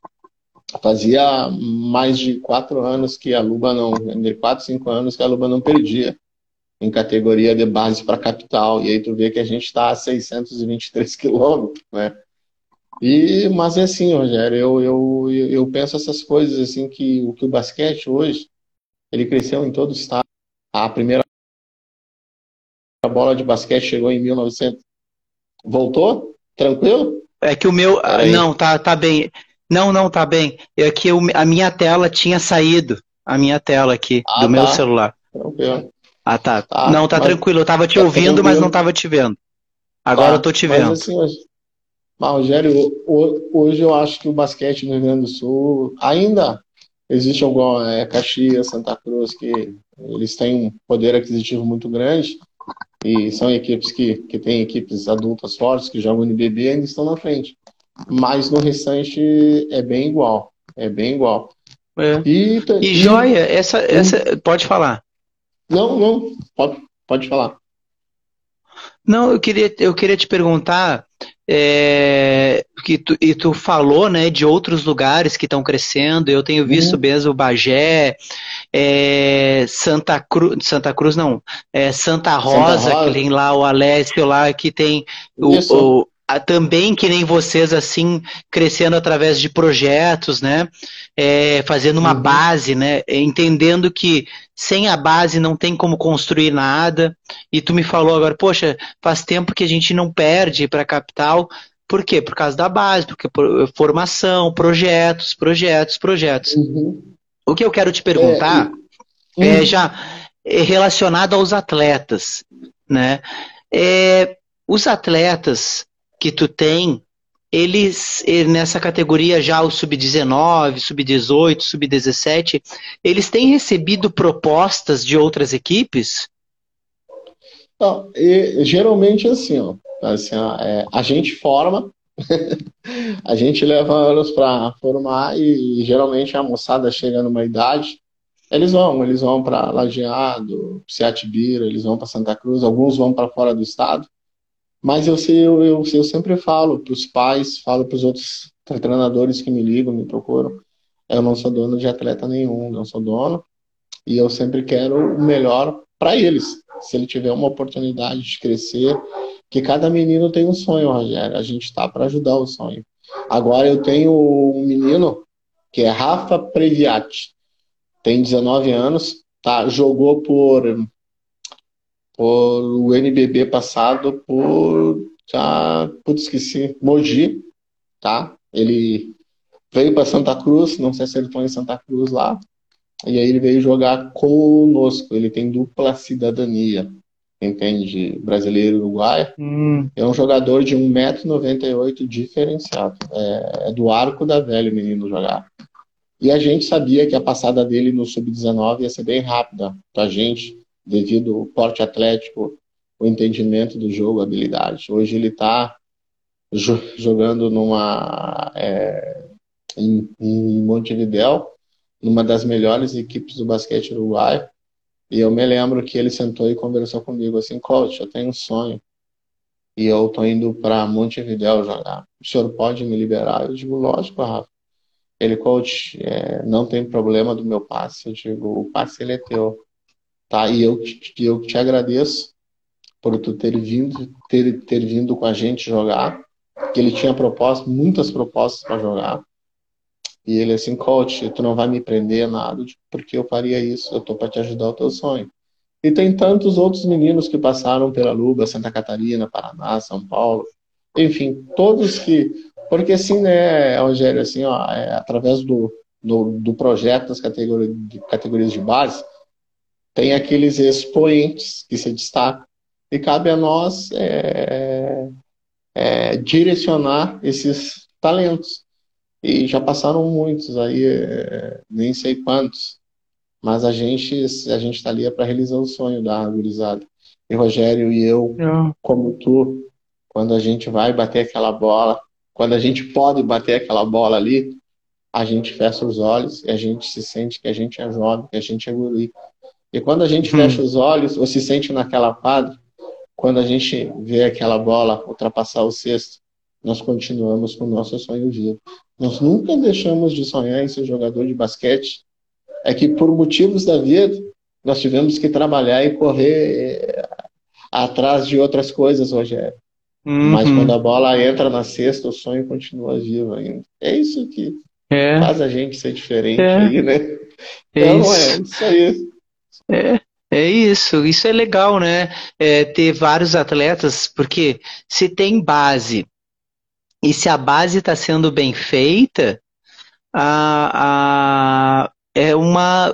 fazia mais de quatro anos que a Luba não, de quatro, cinco anos que a Luba não perdia em categoria de base para capital. E aí tu vê que a gente está a seiscentos e vinte e três quilômetros, né? E, mas é assim, Rogério, eu, eu, eu penso essas coisas assim, que o que o basquete hoje, ele cresceu em todo o estado. A primeira bola de basquete chegou em mil e novecentos. Voltou? Tranquilo? É que o meu. ah, Peraí. Não, tá, tá bem. Não, não, tá bem. É que eu- a minha tela tinha saído. A minha tela aqui, Ah, do meu tá. celular. Tranquilo. Ah, tá. Tá, Não, tá mas tranquilo. Eu tava te tá ouvindo, mas não tranquilo. tava te vendo. Agora eu Tá. tô te Mas vendo. assim, mas, Rogério, ho- hoje eu acho que o basquete no Rio Grande do Sul ainda existe alguma, é, Caxias, Santa Cruz, que eles têm um poder aquisitivo muito grande e são equipes que, que têm equipes adultas fortes, que jogam N B B e ainda estão na frente. Mas no restante é bem igual. É bem igual. É. E, ta- E e joia, essa, essa. hum, Pode falar. não, não, pode, pode falar. Não, eu queria, eu queria te perguntar, é, que tu, e tu falou, né, de outros lugares que estão crescendo. Eu tenho visto Uhum. mesmo Bagé, é, Santa Cruz, Santa Cruz não, é, Santa Santa Rosa, que Rosa, tem lá o Alessio lá, que tem o, isso. o- a- também que nem vocês assim crescendo através de projetos, né? É, fazendo uma Uhum. base, né? Entendendo que sem a base não tem como construir nada. E tu me falou agora, poxa, faz tempo que a gente não perde para a capital. Por quê? Por causa da base, porque por, formação, projetos, projetos, projetos. Uhum. O que eu quero te É, perguntar e- é hum. já é relacionado aos atletas, né? É, os atletas que tu tem, eles eh, nessa categoria já o sub dezenove, sub dezoito, sub dezessete, eles têm recebido propostas de outras equipes? Não, e, geralmente é assim, ó, assim, ó, é, a gente forma, a gente leva eles para formar e, geralmente a moçada chega numa idade, eles vão, eles vão para Lajeado, Piatibira, eles vão para Santa Cruz, alguns vão para fora do estado, mas eu sei, eu, eu, eu sempre falo para os pais, falo para os outros treinadores que me ligam, me procuram, eu não sou dono de atleta nenhum, não sou dono, e eu sempre quero o melhor para eles. Se ele tiver uma oportunidade de crescer, que cada menino tem um sonho, Rogério. A gente está para ajudar o sonho. Agora eu tenho um menino que é Rafa Previati, tem dezenove anos, tá? Jogou por, por o N B B passado por, já, putz, esqueci, Mogi, tá? Ele veio para Santa Cruz, não se acertou em Santa Cruz lá, e aí ele veio jogar conosco. Ele tem dupla cidadania, entende? Brasileiro e uruguaio. Hum. É um jogador de um metro e noventa e oito diferenciado. É, é do arco da velha o menino jogar. E a gente sabia que a passada dele no sub dezenove ia ser bem rápida pra gente, devido ao porte atlético, o entendimento do jogo, a habilidade. Hoje ele está jo- jogando numa, é, em, em Montevidéu, numa das melhores equipes do basquete uruguaio. E eu me lembro que ele sentou e conversou comigo assim, coach, eu tenho um sonho e eu tô indo para Montevidéu jogar. O senhor pode me liberar? Eu digo, lógico, Rafa. Ele, coach, é, não tem problema do meu passe. Eu digo, o passe ele é teu, tá? E eu, te- eu te agradeço por tu ter vindo, ter, ter vindo com a gente jogar, que ele tinha proposta, muitas propostas para jogar. E ele assim, coach, tu não vai me prender a nada, porque eu faria isso, eu tô para te ajudar o teu sonho. E tem tantos outros meninos que passaram pela Luba, Santa Catarina, Paraná, São Paulo, enfim, todos que, porque assim, né, Rogério, assim, ó, é, através do, do, do projeto das categorias de, categorias de base, tem aqueles expoentes que se destacam, e cabe a nós é, é, direcionar esses talentos. E já passaram muitos aí, é, nem sei quantos, mas a gente a gente está ali para realizar o sonho da gurizada. E Rogério e eu, Eu- como tu, quando a gente vai bater aquela bola, quando a gente pode bater aquela bola ali, a gente fecha os olhos e a gente se sente que a gente é jovem, que a gente é guri. E quando a gente fecha Hum. os olhos ou se sente naquela quadra, quando a gente vê aquela bola ultrapassar o cesto, nós continuamos com o nosso sonho vivo. Nós nunca deixamos de sonhar em ser jogador de basquete. É que por motivos da vida, nós tivemos que trabalhar e correr eh, atrás de outras coisas, Rogério. Mas quando Uhum. a bola entra na cesta, o sonho continua vivo ainda. É isso que É, faz a gente ser diferente é, aí, né? é Então, é isso. isso aí. É. É isso, isso é legal, né? É, ter vários atletas, porque se tem base e se a base está sendo bem feita, a, a, é uma,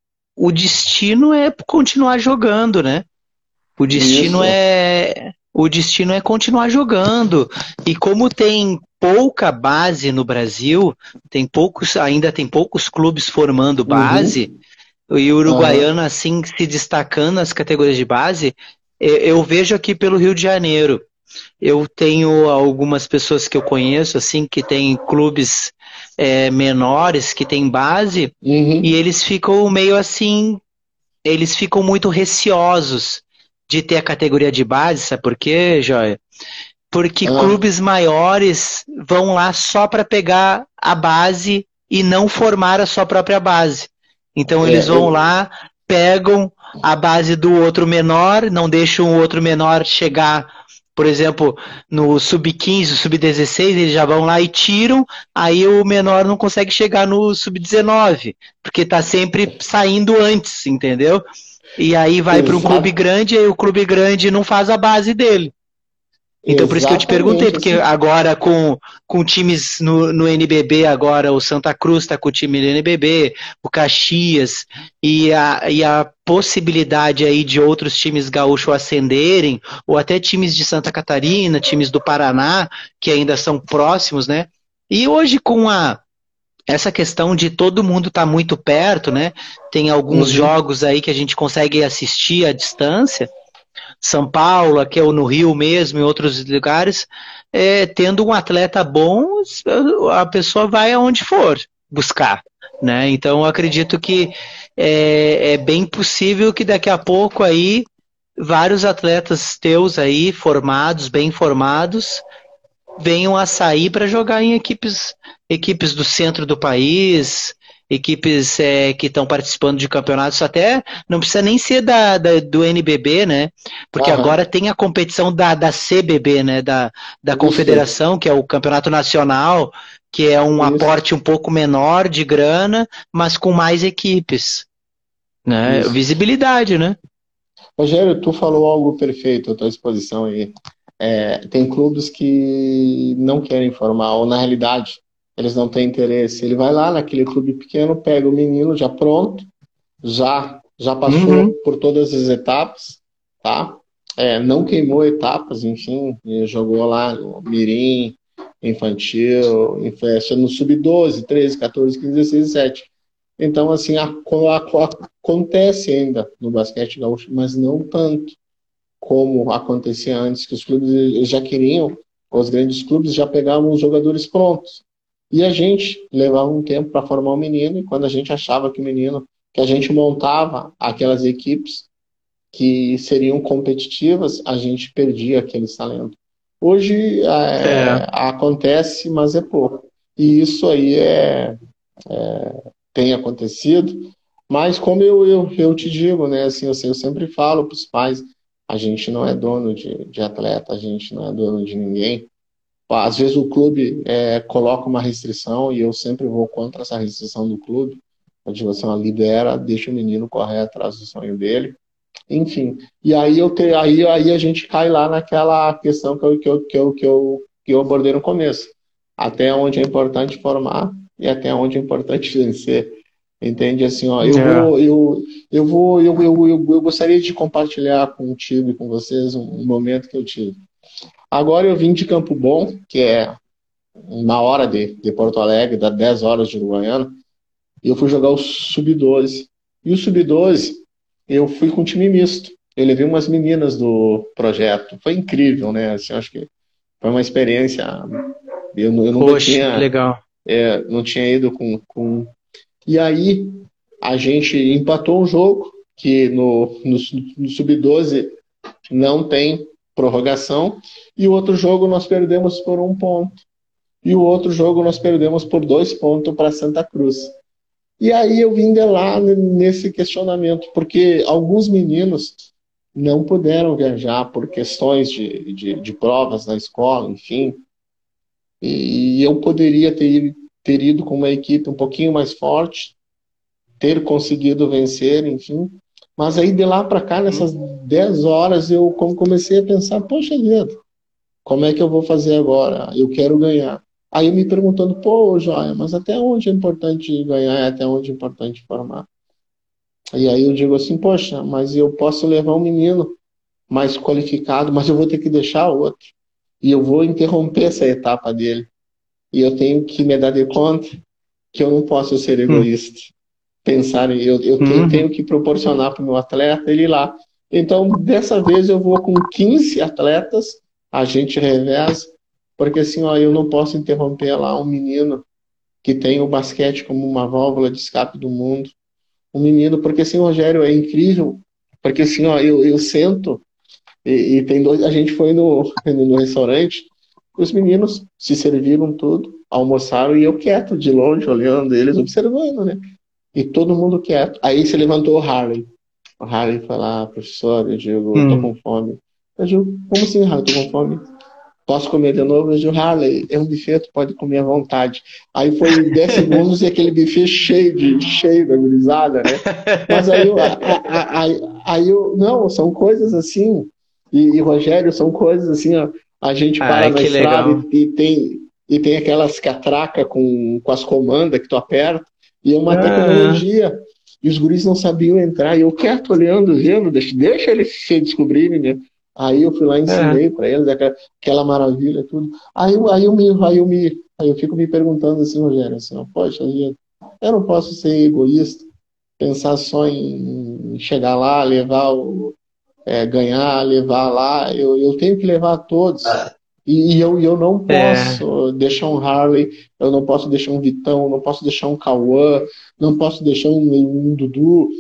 o destino é continuar jogando, né? O destino Isso. é o destino é continuar jogando. E como tem pouca base no Brasil, tem poucos, ainda tem poucos clubes formando base, Uhum. e o Aham. uruguaiano assim se destacando nas categorias de base, eu, eu vejo aqui pelo Rio de Janeiro. Eu tenho algumas pessoas que eu conheço assim que têm clubes é, menores que têm base e Uhum. eles ficam meio assim, eles ficam muito receosos de ter a categoria de base, sabe por quê, Joia? Porque Ah, clubes maiores vão lá só para pegar a base e não formar a sua própria base. Então eles é, vão eu, lá, pegam a base do outro menor, não deixam o outro menor chegar, por exemplo, no sub quinze, sub dezesseis, eles já vão lá e tiram, aí o menor não consegue chegar no sub dezenove, porque está sempre saindo antes, entendeu? E aí vai para um clube exa- grande, e aí o clube grande não faz a base dele. Então, por isso que eu te perguntei, exatamente porque assim. agora com, com times no, no N B B, agora o Santa Cruz está com o time do N B B, o Caxias, e a, e a possibilidade aí de outros times gaúchos ascenderem, ou até times de Santa Catarina, times do Paraná, que ainda são próximos, né? E hoje com a, essa questão de todo mundo estar tá muito perto, né? Tem alguns Uhum. jogos aí que a gente consegue assistir à distância, são Paulo, aqui ou no Rio mesmo, em outros lugares, é, tendo um atleta bom, a pessoa vai aonde for buscar, né? Então, eu acredito que é, é bem possível que daqui a pouco aí vários atletas teus aí formados, bem formados, venham a sair para jogar em equipes, equipes do centro do país, equipes é, que estão participando de campeonatos, até não precisa nem ser da, da- do N B B, né? Porque agora Aham. tem a competição da, da C B B, né? Da, da Isso, Confederação, que é o Campeonato Nacional, que é um isso, aporte um pouco menor de grana, mas com mais equipes, né? isso. Visibilidade, né? Rogério, tu falou algo perfeito à tua exposição aí. É, tem clubes que não querem formar, ou na realidade, eles não têm interesse. Ele vai lá naquele clube pequeno, pega o menino já pronto, já já passou Uhum. por todas as etapas, tá? É, não queimou etapas, enfim, e jogou lá no Mirim, infantil, em festa no sub doze, treze, quatorze, quinze, dezesseis, dezessete. Então, assim, a, a, a, acontece ainda no basquete gaúcho, mas não tanto como acontecia antes, que os clubes eles já queriam, os grandes clubes já pegavam os jogadores prontos. E a gente levava um tempo para formar o menino, e quando a gente achava que o menino, que a gente montava aquelas equipes que seriam competitivas, a gente perdia aquele talento. Hoje É, é, acontece, mas é pouco. E isso aí é, tem acontecido, mas como eu, eu, eu te digo, né, assim, eu, eu sempre falo para os pais, a gente não é dono de, de atleta, a gente não é dono de ninguém. Às vezes o clube é, coloca uma restrição e eu sempre vou contra essa restrição do clube. Eu digo assim, ó, libera, deixa o menino correr atrás do sonho dele. Enfim, e aí eu te, aí, aí a gente cai lá naquela questão que eu, que eu, que eu, que eu, que eu abordei no começo. Até onde é importante formar e até onde é importante vencer. Entende? Assim, ó, eu é. vou, eu, eu vou, eu, eu, eu, eu gostaria de compartilhar contigo e com vocês um, um momento que eu tive. Agora eu vim de Campo Bom, que é uma hora de, de Porto Alegre, dá dez horas de Uruguaiana, e eu fui jogar o sub doze. E o sub doze, eu fui com um time misto. Eu levei umas meninas do projeto. Foi incrível, né? Assim, acho que foi uma experiência. Eu, eu nunca Poxa, que tinha, legal. é, não tinha ido com, com. E aí a gente empatou um jogo que no, no, no sub doze não tem prorrogação. E o outro jogo nós perdemos por um ponto. E o outro jogo nós perdemos por dois pontos para Santa Cruz. E aí eu vim de lá nesse questionamento, porque alguns meninos não puderam viajar por questões de, de, de provas na escola, enfim, e eu poderia ter, ter ido com uma equipe um pouquinho mais forte, ter conseguido vencer, enfim. Mas aí de lá para cá, nessas dez horas, eu comecei a pensar, poxa vida, como é que eu vou fazer agora? Eu quero ganhar. Aí eu me perguntando, pô, Joia, mas até onde é importante ganhar, até onde é importante formar? E aí eu digo assim, poxa, mas eu posso levar um menino mais qualificado, mas eu vou ter que deixar o outro. E eu vou interromper essa etapa dele. E eu tenho que me dar de conta que eu não posso ser Hum, egoísta. Pensar em eu, eu tenho, uhum. tenho que proporcionar para o meu atleta ele ir lá. Então, dessa vez eu vou com quinze atletas, a gente reveza, porque assim, ó, eu não posso interromper lá um menino que tem o basquete como uma válvula de escape do mundo. Um menino, porque assim, Rogério, é incrível, porque assim, ó, eu, eu sento e, e tem dois, a gente foi no, no restaurante, os meninos se serviram tudo, almoçaram e eu quieto de longe, olhando eles, observando, né? E todo mundo quieto. Aí se levantou o Harley. O Harley foi lá, professor, eu digo, tô Hum. com fome. Eu digo, como assim, Harley, tô com fome? Posso comer de novo? Eu digo, Harley, é um buffet, tu pode comer à vontade. Aí foi dez segundos e aquele buffet cheio de cheio da gurizada, né? Mas aí, eu- a- a- aí, aí eu, não, são coisas assim, e, e Rogério, são coisas assim, ó, a gente para Ai, na que estrada e, legal. e tem, e tem aquelas catracas com, com as comandas que tu aperta, e é uma Aham. tecnologia, e os guris não sabiam entrar, e eu quieto olhando, vendo, deixa, deixa eles se descobrirem, né? Aí eu fui lá e É. ensinei para eles aquela, aquela maravilha, tudo. Aí, eu- aí, eu me, aí, eu me, aí eu fico me perguntando assim, Rogério, assim, ó, poxa, gente, eu não posso ser egoísta, pensar só em chegar lá, levar o, é, ganhar, levar lá, eu, eu tenho que levar todos. E, e eu, e eu não É. posso deixar um Harley, eu não posso deixar um Vitão, não posso deixar um Cauã, não posso deixar um, um Dudu.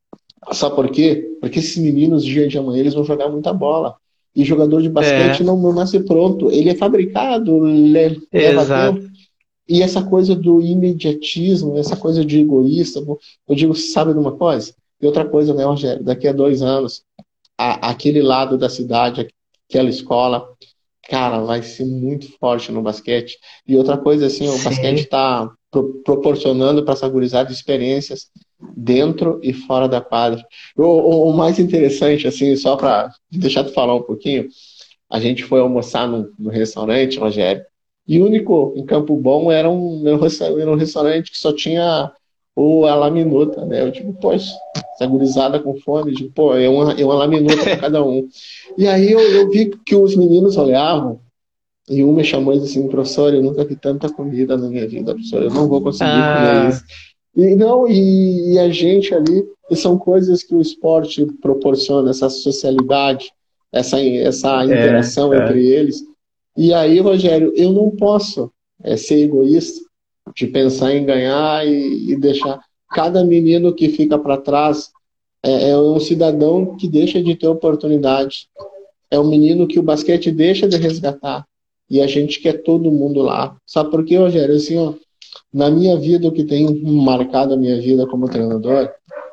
Sabe por quê? Porque esses meninos, dia de amanhã, eles vão jogar muita bola. E jogador de basquete É. não, não nasce pronto. Ele é fabricado, le- leva tempo. Exato. E essa coisa do imediatismo, essa coisa de egoísta, eu digo, sabe de uma coisa? E outra coisa, né, Rogério? Daqui a dois anos, a, aquele lado da cidade, aquela escola, cara, vai ser muito forte no basquete. E outra coisa, assim, o basquete Sim. está pro, proporcionando para essa gurizada experiências dentro e fora da quadra. O, o, o mais interessante, assim, só para deixar tu falar um pouquinho, a gente foi almoçar no, no restaurante, Rogério, e o único em Campo Bom era um, era um resta- era um restaurante que só tinha o a la minuta, né? Eu digo, poxa, essa gurizada com fome, eu digo, pô, é uma, é uma la minuta para cada um. E aí eu, eu vi que os meninos olhavam, e um me chamou e disse assim, professor, eu nunca vi tanta comida na minha vida, professor, eu não vou conseguir comer Ah, isso. E não, e, e a gente ali, e são coisas que o esporte proporciona, essa socialidade, essa, essa é, interação é. entre eles. E aí, Rogério, eu não posso é, ser egoísta de pensar em ganhar e, e deixar. Cada menino que fica para trás é, é um cidadão que deixa de ter oportunidade. É um menino que o basquete deixa de resgatar. E a gente quer todo mundo lá. Sabe por quê, Rogério? Assim, ó, na minha vida, o que tem marcado a minha vida como treinador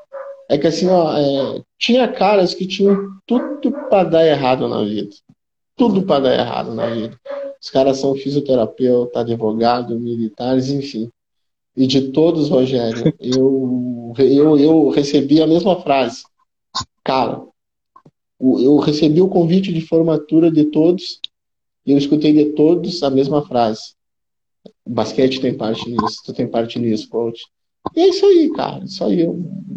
é que assim, ó, é, tinha caras que tinham tudo para dar errado na vida. Tudo para dar errado na vida. Os caras são fisioterapeuta, advogado, militares, enfim. E de todos, Rogério, eu, eu, eu recebi a mesma frase. Cara, eu recebi o convite de formatura de todos e eu escutei de todos a mesma frase. O basquete tem parte nisso, tu tem parte nisso, coach. E é isso aí, cara. Isso aí.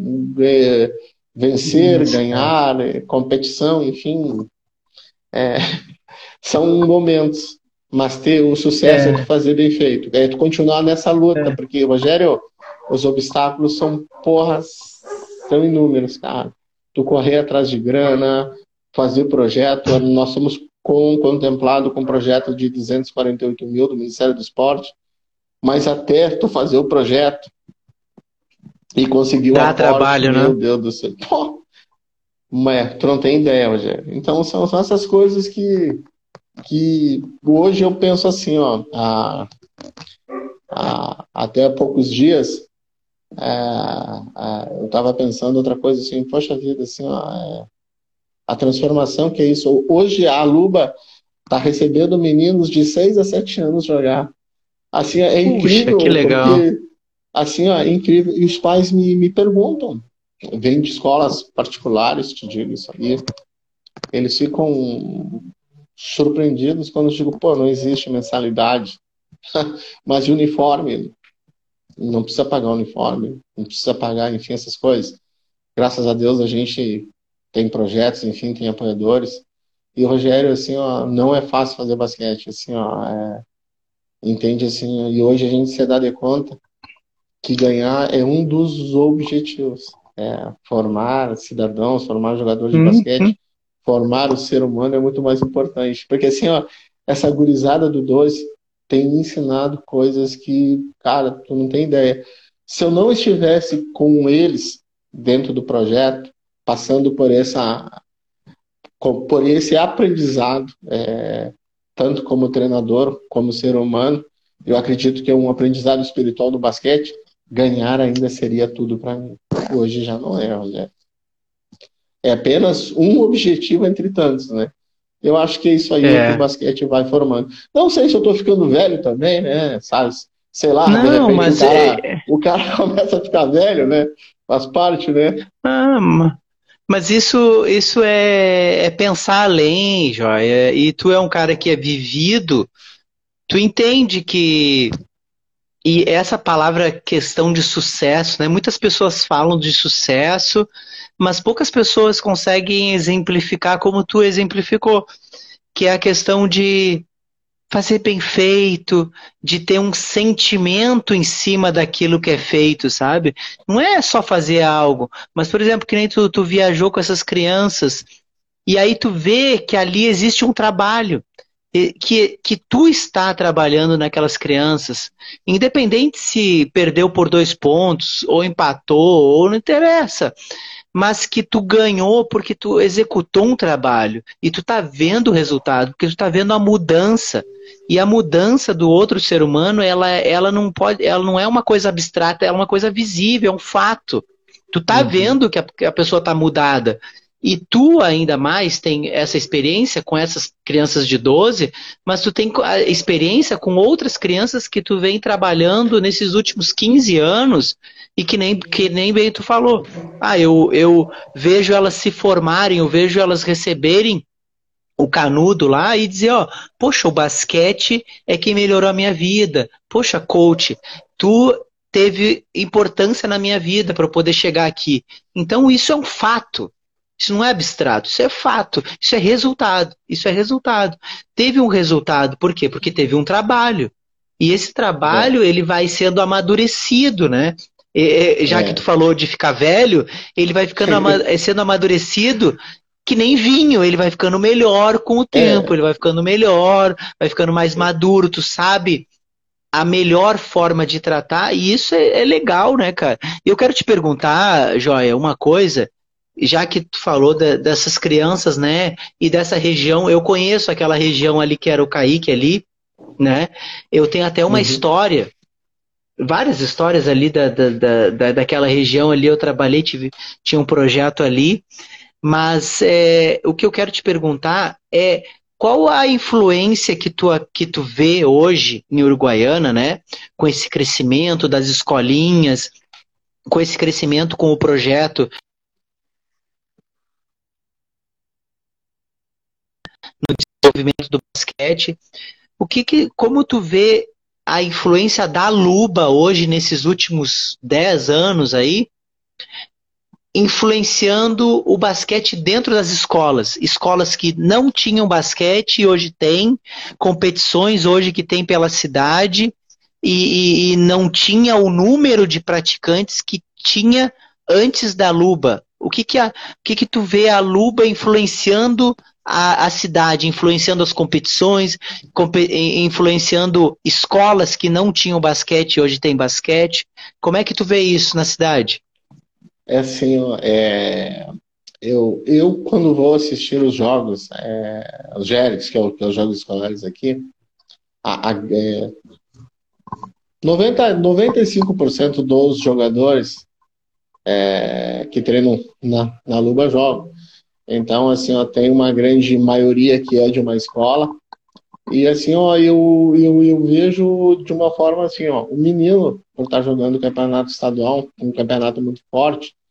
É, vencer, Isso, é. ganhar, é, competição, enfim, é, são momentos. Mas ter o sucesso é tu É, fazer bem feito. É tu continuar nessa luta, é. porque, Rogério, os obstáculos são porras, são inúmeros, cara. Tu correr atrás de grana, fazer projeto. Nós somos com, contemplado com um projeto de duzentos e quarenta e oito mil do Ministério do Esporte, mas até tu fazer o projeto e conseguir o Dá aporte, trabalho, meu né? Deus do céu. Pô, mas tu não tem ideia, Rogério. Então são, são essas coisas que, que hoje eu penso assim, ó, a, a, até há poucos dias é, a, eu estava pensando outra coisa assim, poxa vida, assim, ó, é, a transformação que é isso. Hoje a Luba está recebendo meninos de seis a sete anos jogar. Assim, é Puxa, que incrível, legal. porque assim, ó, é incrível. E os pais me, me perguntam. vêm de escolas particulares, te digo isso aí, eles ficam surpreendidos quando eu digo, pô, não existe mensalidade, mas de uniforme, não precisa pagar uniforme, não precisa pagar, enfim, essas coisas. Graças a Deus a gente tem projetos, enfim, tem apoiadores. E o Rogério, assim, ó, não é fácil fazer basquete, assim, ó, é, entende, assim, e hoje a gente se dá de conta que ganhar é um dos objetivos. É, formar cidadãos, formar jogadores de Uhum. basquete, formar o ser humano é muito mais importante. Porque, assim, ó, essa gurizada do doze tem me ensinado coisas que, cara, tu não tem ideia. Se eu não estivesse com eles dentro do projeto, passando por essa, por esse aprendizado, é, tanto como treinador, como ser humano, eu acredito que é um aprendizado espiritual do basquete, ganhar ainda seria tudo para mim. Hoje já não é, Rogério. É apenas um objetivo entre tantos, né? Eu acho que é isso aí que o É. basquete vai formando. Não sei se eu tô ficando velho também, né? Sabe? Sei lá, de Não, repente o mas é, cara, o cara começa a ficar velho, né? Faz parte, né? ah, ma- mas isso, isso é, é pensar além, Joia. E tu é um cara que é vivido, tu entende que. E essa palavra questão de sucesso, né? Muitas pessoas falam de sucesso, mas poucas pessoas conseguem exemplificar como tu exemplificou, que é a questão de fazer bem feito, de ter um sentimento em cima daquilo que é feito, sabe? Não é só fazer algo, mas, por exemplo, que nem tu, tu viajou com essas crianças, e aí tu vê que ali existe um trabalho, e que, que tu está trabalhando naquelas crianças, independente se perdeu por dois pontos, ou empatou, ou não interessa, mas que tu ganhou porque tu executou um trabalho e tu tá vendo o resultado, porque tu tá vendo a mudança. E a mudança do outro ser humano, ela, ela não pode, ela não é uma coisa abstrata, é uma coisa visível, é um fato. Tu tá Uhum. vendo que a, que a pessoa tá mudada. E tu ainda mais tem essa experiência com essas crianças de doze, mas tu tem a experiência com outras crianças que tu vem trabalhando nesses últimos quinze anos e que nem, que nem bem tu falou. Ah, eu, eu vejo elas se formarem, eu vejo elas receberem o canudo lá e dizer, ó, poxa, o basquete é quem melhorou a minha vida. Poxa, coach, tu teve importância na minha vida para eu poder chegar aqui. Então isso é um fato. Isso não é abstrato, isso é fato, isso é resultado, isso é resultado. Teve um resultado, por quê? Porque teve um trabalho. E esse É, trabalho, ele vai sendo amadurecido, né? E, e, já que tu é. falou de ficar velho, ele vai ficando ama- sendo amadurecido que nem vinho, ele vai ficando melhor com o tempo, É, ele vai ficando melhor, vai ficando mais maduro, tu sabe a melhor forma de tratar, e isso é, é legal, né, cara? E eu quero te perguntar, Joia, uma coisa, já que tu falou da- dessas crianças, né, e dessa região, eu conheço aquela região ali que era o Caíque ali, né? Eu tenho até uma uhum. história, várias histórias ali da, da, da, da- daquela região ali, eu trabalhei, tive, tinha um projeto ali, mas é, o que eu quero te perguntar é qual a influência que tu, que tu vê hoje em Uruguaiana, né? Com esse crescimento das escolinhas, com esse crescimento com o projeto de desenvolvimento do basquete. O que que, como tu vê a influência da Luba hoje nesses últimos dez anos aí, influenciando o basquete dentro das escolas. Escolas que não tinham basquete e hoje tem, competições hoje que tem pela cidade e, e, e não tinha o número de praticantes que tinha antes da Luba. O que que, a, o que que tu vê a Luba influenciando a, a cidade, influenciando as competições, compe, influenciando escolas que não tinham basquete e hoje tem basquete? Como é que tu vê isso na cidade? É assim, ó, é, eu, eu quando vou assistir os jogos, é, os G E R Cs, que é, o- que é os jogos escolares aqui, a, a, é, noventa, noventa e cinco por cento dos jogadores é, que treinam na, na Luba jogam. Então, assim, ó, tem uma grande maioria que é de uma escola. E assim, ó, eu, eu, eu vejo de uma forma assim, ó, o menino, por estar jogando campeonato estadual, um campeonato muito forte,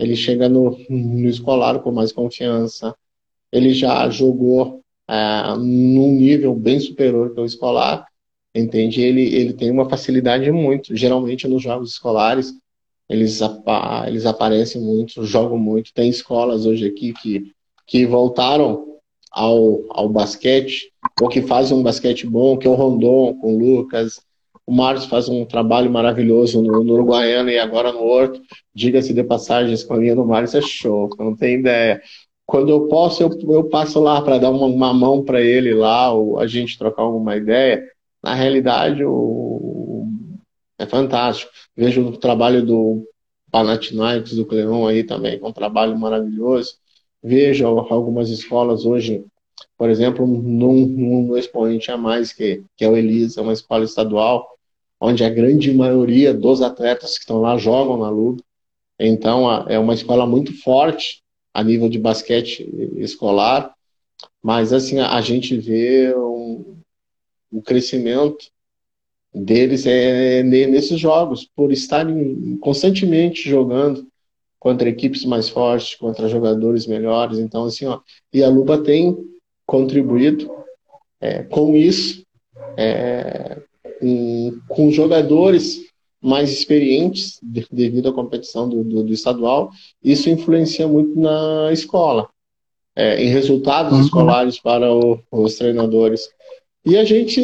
ele chega no, no escolar com mais confiança, ele já jogou é, num nível bem superior que o escolar, entende? Ele, ele tem uma facilidade muito, geralmente nos jogos escolares, eles, apa eles aparecem muito, jogam muito. Tem escolas hoje aqui que, que voltaram ao, ao basquete, ou que fazem um basquete bom, que é o Rondon com o Lucas. O Marcos faz um trabalho maravilhoso no, no Uruguaiana e agora no Horto. Diga-se de passagem, a escolinha do Marcos é show, não tem ideia. Quando eu posso, eu, eu passo lá para dar uma, uma mão para ele lá, ou a gente trocar alguma ideia. Na realidade, o, é fantástico. Vejo o trabalho do Panathinaikos, do Cleon aí também, que é um trabalho maravilhoso. Vejo algumas escolas hoje, por exemplo, num, num expoente a mais, que, que é o Elisa, uma escola estadual, onde a grande maioria dos atletas que estão lá jogam na Luba. Então, é uma escola muito forte a nível de basquete escolar, mas assim, a gente vê um, um crescimento deles é nesses jogos, por estarem constantemente jogando contra equipes mais fortes, contra jogadores melhores. Então, assim, ó, e a Luba tem contribuído é, com isso, é, em, com jogadores mais experientes de, devido à competição do, do, do estadual. Isso influencia muito na escola, é, em resultados Uhum. escolares para o, os treinadores. E a gente,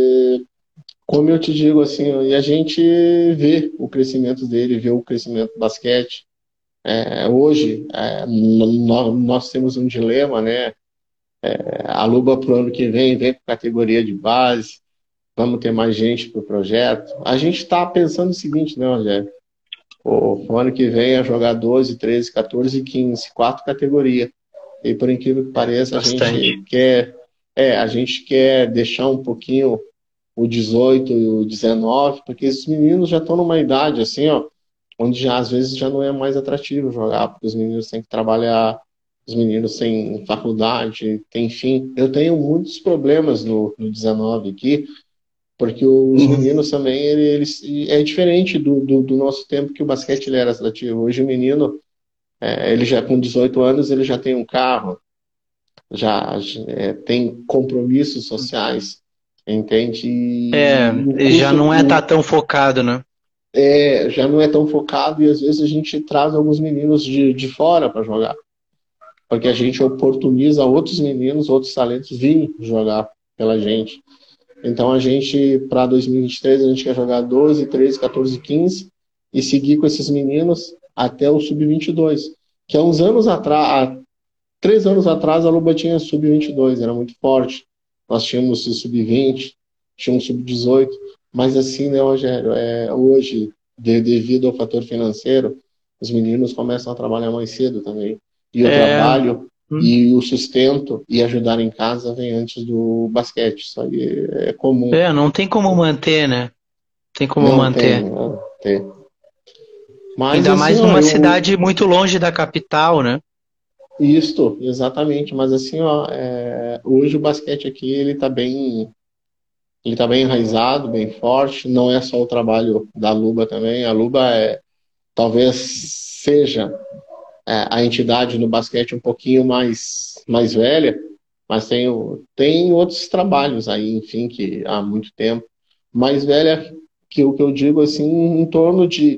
como eu te digo, assim, e a gente vê o crescimento dele, vê o crescimento do basquete. É, hoje, é, nós, nós temos um dilema, né? É, a Luba para o ano que vem vem com categoria de base, vamos ter mais gente para o projeto. A gente está pensando o seguinte, né, Rogério? O, o ano que vem é jogar doze, treze, quatorze e quinze, quatro categorias. E por incrível que pareça, a gente Bastante. quer, é, a gente quer deixar um pouquinho o dezoito e o dezenove, porque esses meninos já estão numa idade assim, ó, onde já às vezes já não é mais atrativo jogar, porque os meninos têm que trabalhar, os meninos têm faculdade, tem enfim. Eu tenho muitos problemas no, no dezenove aqui, porque os Uhum. meninos também, eles, eles é diferente do, do, do nosso tempo que o basquete ele era atrativo. Hoje o menino, é, ele já com dezoito anos, ele já tem um carro, já é, tem compromissos sociais, entende? É, E o já curso não é tá o, tão focado, né? é, já não é tão focado e às vezes a gente traz alguns meninos de, de fora para jogar, porque a gente oportuniza outros meninos, outros talentos virem jogar pela gente. Então a gente, para dois mil e vinte e três, a gente quer jogar doze, treze, quatorze, quinze e seguir com esses meninos até o sub vinte e dois, que há uns anos atrás, três anos atrás, a Luba tinha sub vinte e dois, era muito forte. Nós tínhamos o sub vinte, tínhamos sub dezoito, mas assim, né, Rogério, é, hoje, de, devido ao fator financeiro, os meninos começam a trabalhar mais cedo também. E o É, trabalho hum, e o sustento e ajudar em casa vem antes do basquete. Isso aí é comum. é, não tem como manter, né? Tem como Não tem, manter. não tem. Mas Ainda assim, mais ó, numa eu, cidade muito longe da capital, né? isto, exatamente, mas assim, ó, é, hoje o basquete aqui, ele tá bem, ele está bem enraizado, bem forte. Não é só o trabalho da Luba também. A Luba é, talvez seja é, a entidade no basquete um pouquinho mais, mais velha, mas tem, o- tem outros trabalhos aí, enfim, que há muito tempo. Mais velha que o que eu digo assim, em torno de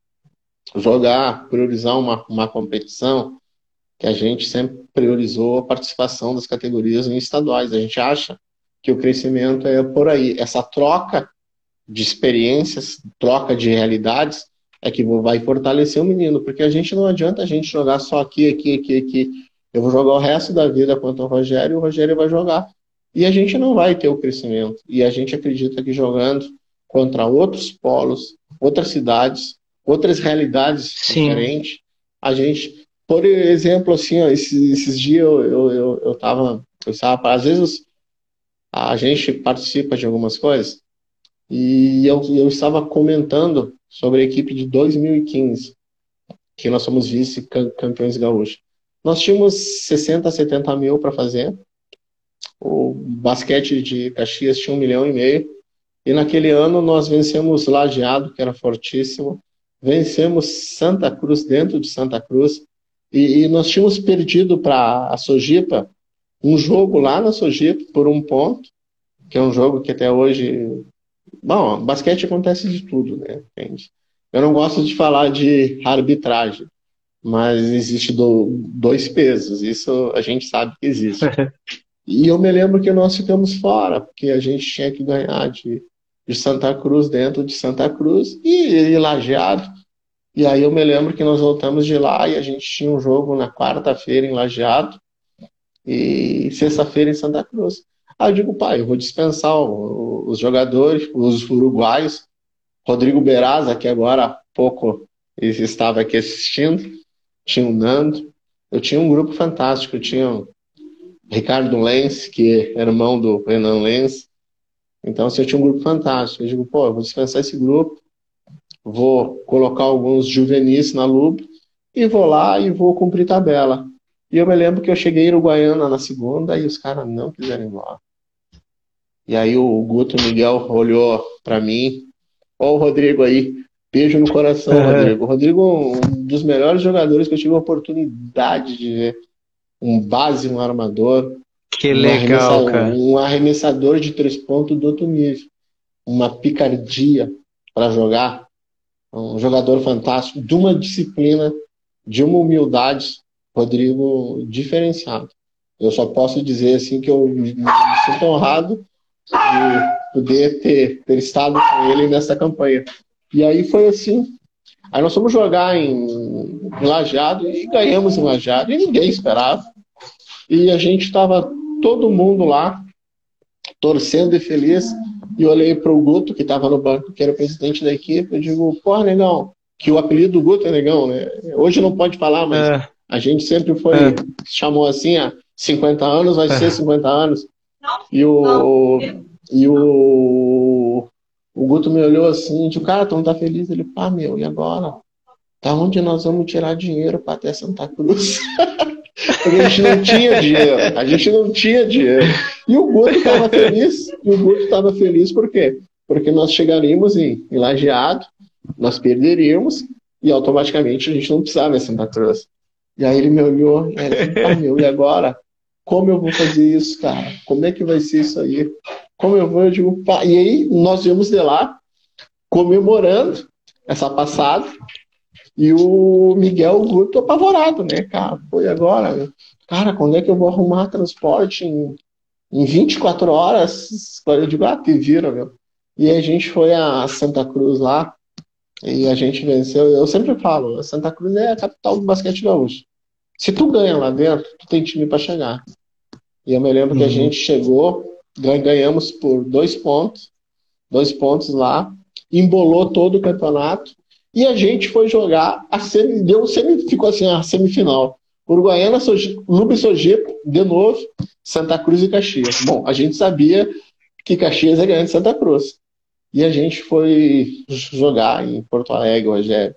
jogar, priorizar uma, uma competição, que a gente sempre priorizou a participação das categorias em estaduais. A gente acha que o crescimento é por aí. Essa troca de experiências, troca de realidades, é que vai fortalecer o menino, porque a gente não adianta a gente jogar só aqui, aqui, aqui, aqui. Eu vou jogar o resto da vida contra o Rogério e o Rogério vai jogar. E a gente não vai ter o crescimento. E a gente acredita que jogando contra outros polos, outras cidades, outras realidades Sim. diferentes, a gente, por exemplo, assim, ó, esses, esses dias eu, eu, eu, eu tava, eu estava, às vezes a gente participa de algumas coisas, e eu, eu estava comentando sobre a equipe de dois mil e quinze, que nós somos vice-campeões gaúchos. Nós tínhamos sessenta, setenta mil para fazer. O basquete de Caxias tinha um milhão e meio. E naquele ano nós vencemos Lajeado, que era fortíssimo. vencemos Santa Cruz dentro de Santa Cruz, e, e nós tínhamos perdido para a Sojipa um jogo lá na Sojipa por um ponto, que é um jogo que até hoje... Bom, basquete acontece de tudo, né? Entende? Eu não gosto de falar de arbitragem, mas existe do, dois pesos, isso a gente sabe que existe. E eu me lembro que nós ficamos fora, porque a gente tinha que ganhar de, de Santa Cruz dentro de Santa Cruz e, e Lajeado. E aí eu me lembro que nós voltamos de lá e a gente tinha um jogo na quarta-feira em Lajeado e sexta-feira em Santa Cruz. Aí eu digo, pai, eu vou dispensar o- os jogadores, os uruguaios, Rodrigo Beraza, que agora há pouco estava aqui assistindo, tinha o Nando, eu tinha um grupo fantástico, eu tinha o Ricardo Lenz, que é irmão do Renan Lenz, então assim, eu tinha um grupo fantástico. Eu digo, pô, eu vou dispensar esse grupo, vou colocar alguns juvenis na Lupa e vou lá e vou cumprir tabela. E eu me lembro que eu cheguei em Uruguaiana na segunda e os caras não quiseram ir embora. E aí o Guto Miguel olhou para mim, ó o Rodrigo aí, beijo no coração, Rodrigo. O Rodrigo é um dos melhores jogadores que eu tive a oportunidade de ver. Um base, um armador, Que um, arremessa, legal, cara. um arremessador de três pontos do outro nível. Uma picardia para jogar. Um jogador fantástico, de uma disciplina, de uma humildade, Rodrigo diferenciado. Eu só posso dizer assim que eu me sinto honrado de poder ter, ter estado com ele nessa campanha. E aí foi assim. Aí nós fomos jogar em, em Lajeado e ganhamos em Lajeado e ninguém esperava. E a gente estava todo mundo lá torcendo e feliz. E eu olhei para o Guto, que estava no banco, que era o presidente da equipe. Eu digo, porra, Negão, que o apelido do Guto é Negão, né? Hoje não pode falar, mas É, a gente sempre foi, é, chamou assim, há cinquenta anos, vai ser cinquenta anos. E o, e o, o Guto me olhou assim, de cara, tu não tá feliz? Ele, pá, meu, e agora? Da onde nós vamos tirar dinheiro para até Santa Cruz? Porque a gente não tinha dinheiro. A gente não tinha dinheiro. E o Guto estava feliz. E o Guto estava feliz por quê? Porque nós chegaríamos em, em Lajeado, nós perderíamos e automaticamente a gente não precisava em Santa Cruz. E aí ele me olhou e ele, ah, meu, e agora? Como eu vou fazer isso, cara? Como é que vai ser isso aí? Como eu vou? Eu digo, pá. E aí nós viemos de lá comemorando essa passada. E o Miguel Guto apavorado, né, cara? Foi agora, né? Cara, quando é que eu vou arrumar transporte em, em vinte e quatro horas? Eu digo, ah, te vira, meu. E a gente foi a Santa Cruz lá e a gente venceu. Eu sempre falo, Santa Cruz é a capital do basquete gaúcho. Se tu ganha lá dentro, tu tem time para chegar. E eu me lembro que a uhum. gente chegou, ganhamos por dois pontos, dois pontos lá, embolou todo o campeonato. E a gente foi jogar a semi, deu semi, ficou assim a semifinal. Uruguaiana, Lube Sojipa, de novo, Santa Cruz e Caxias. Bom, a gente sabia que Caxias ia ganhar de Santa Cruz. E a gente foi jogar em Porto Alegre, Rogério.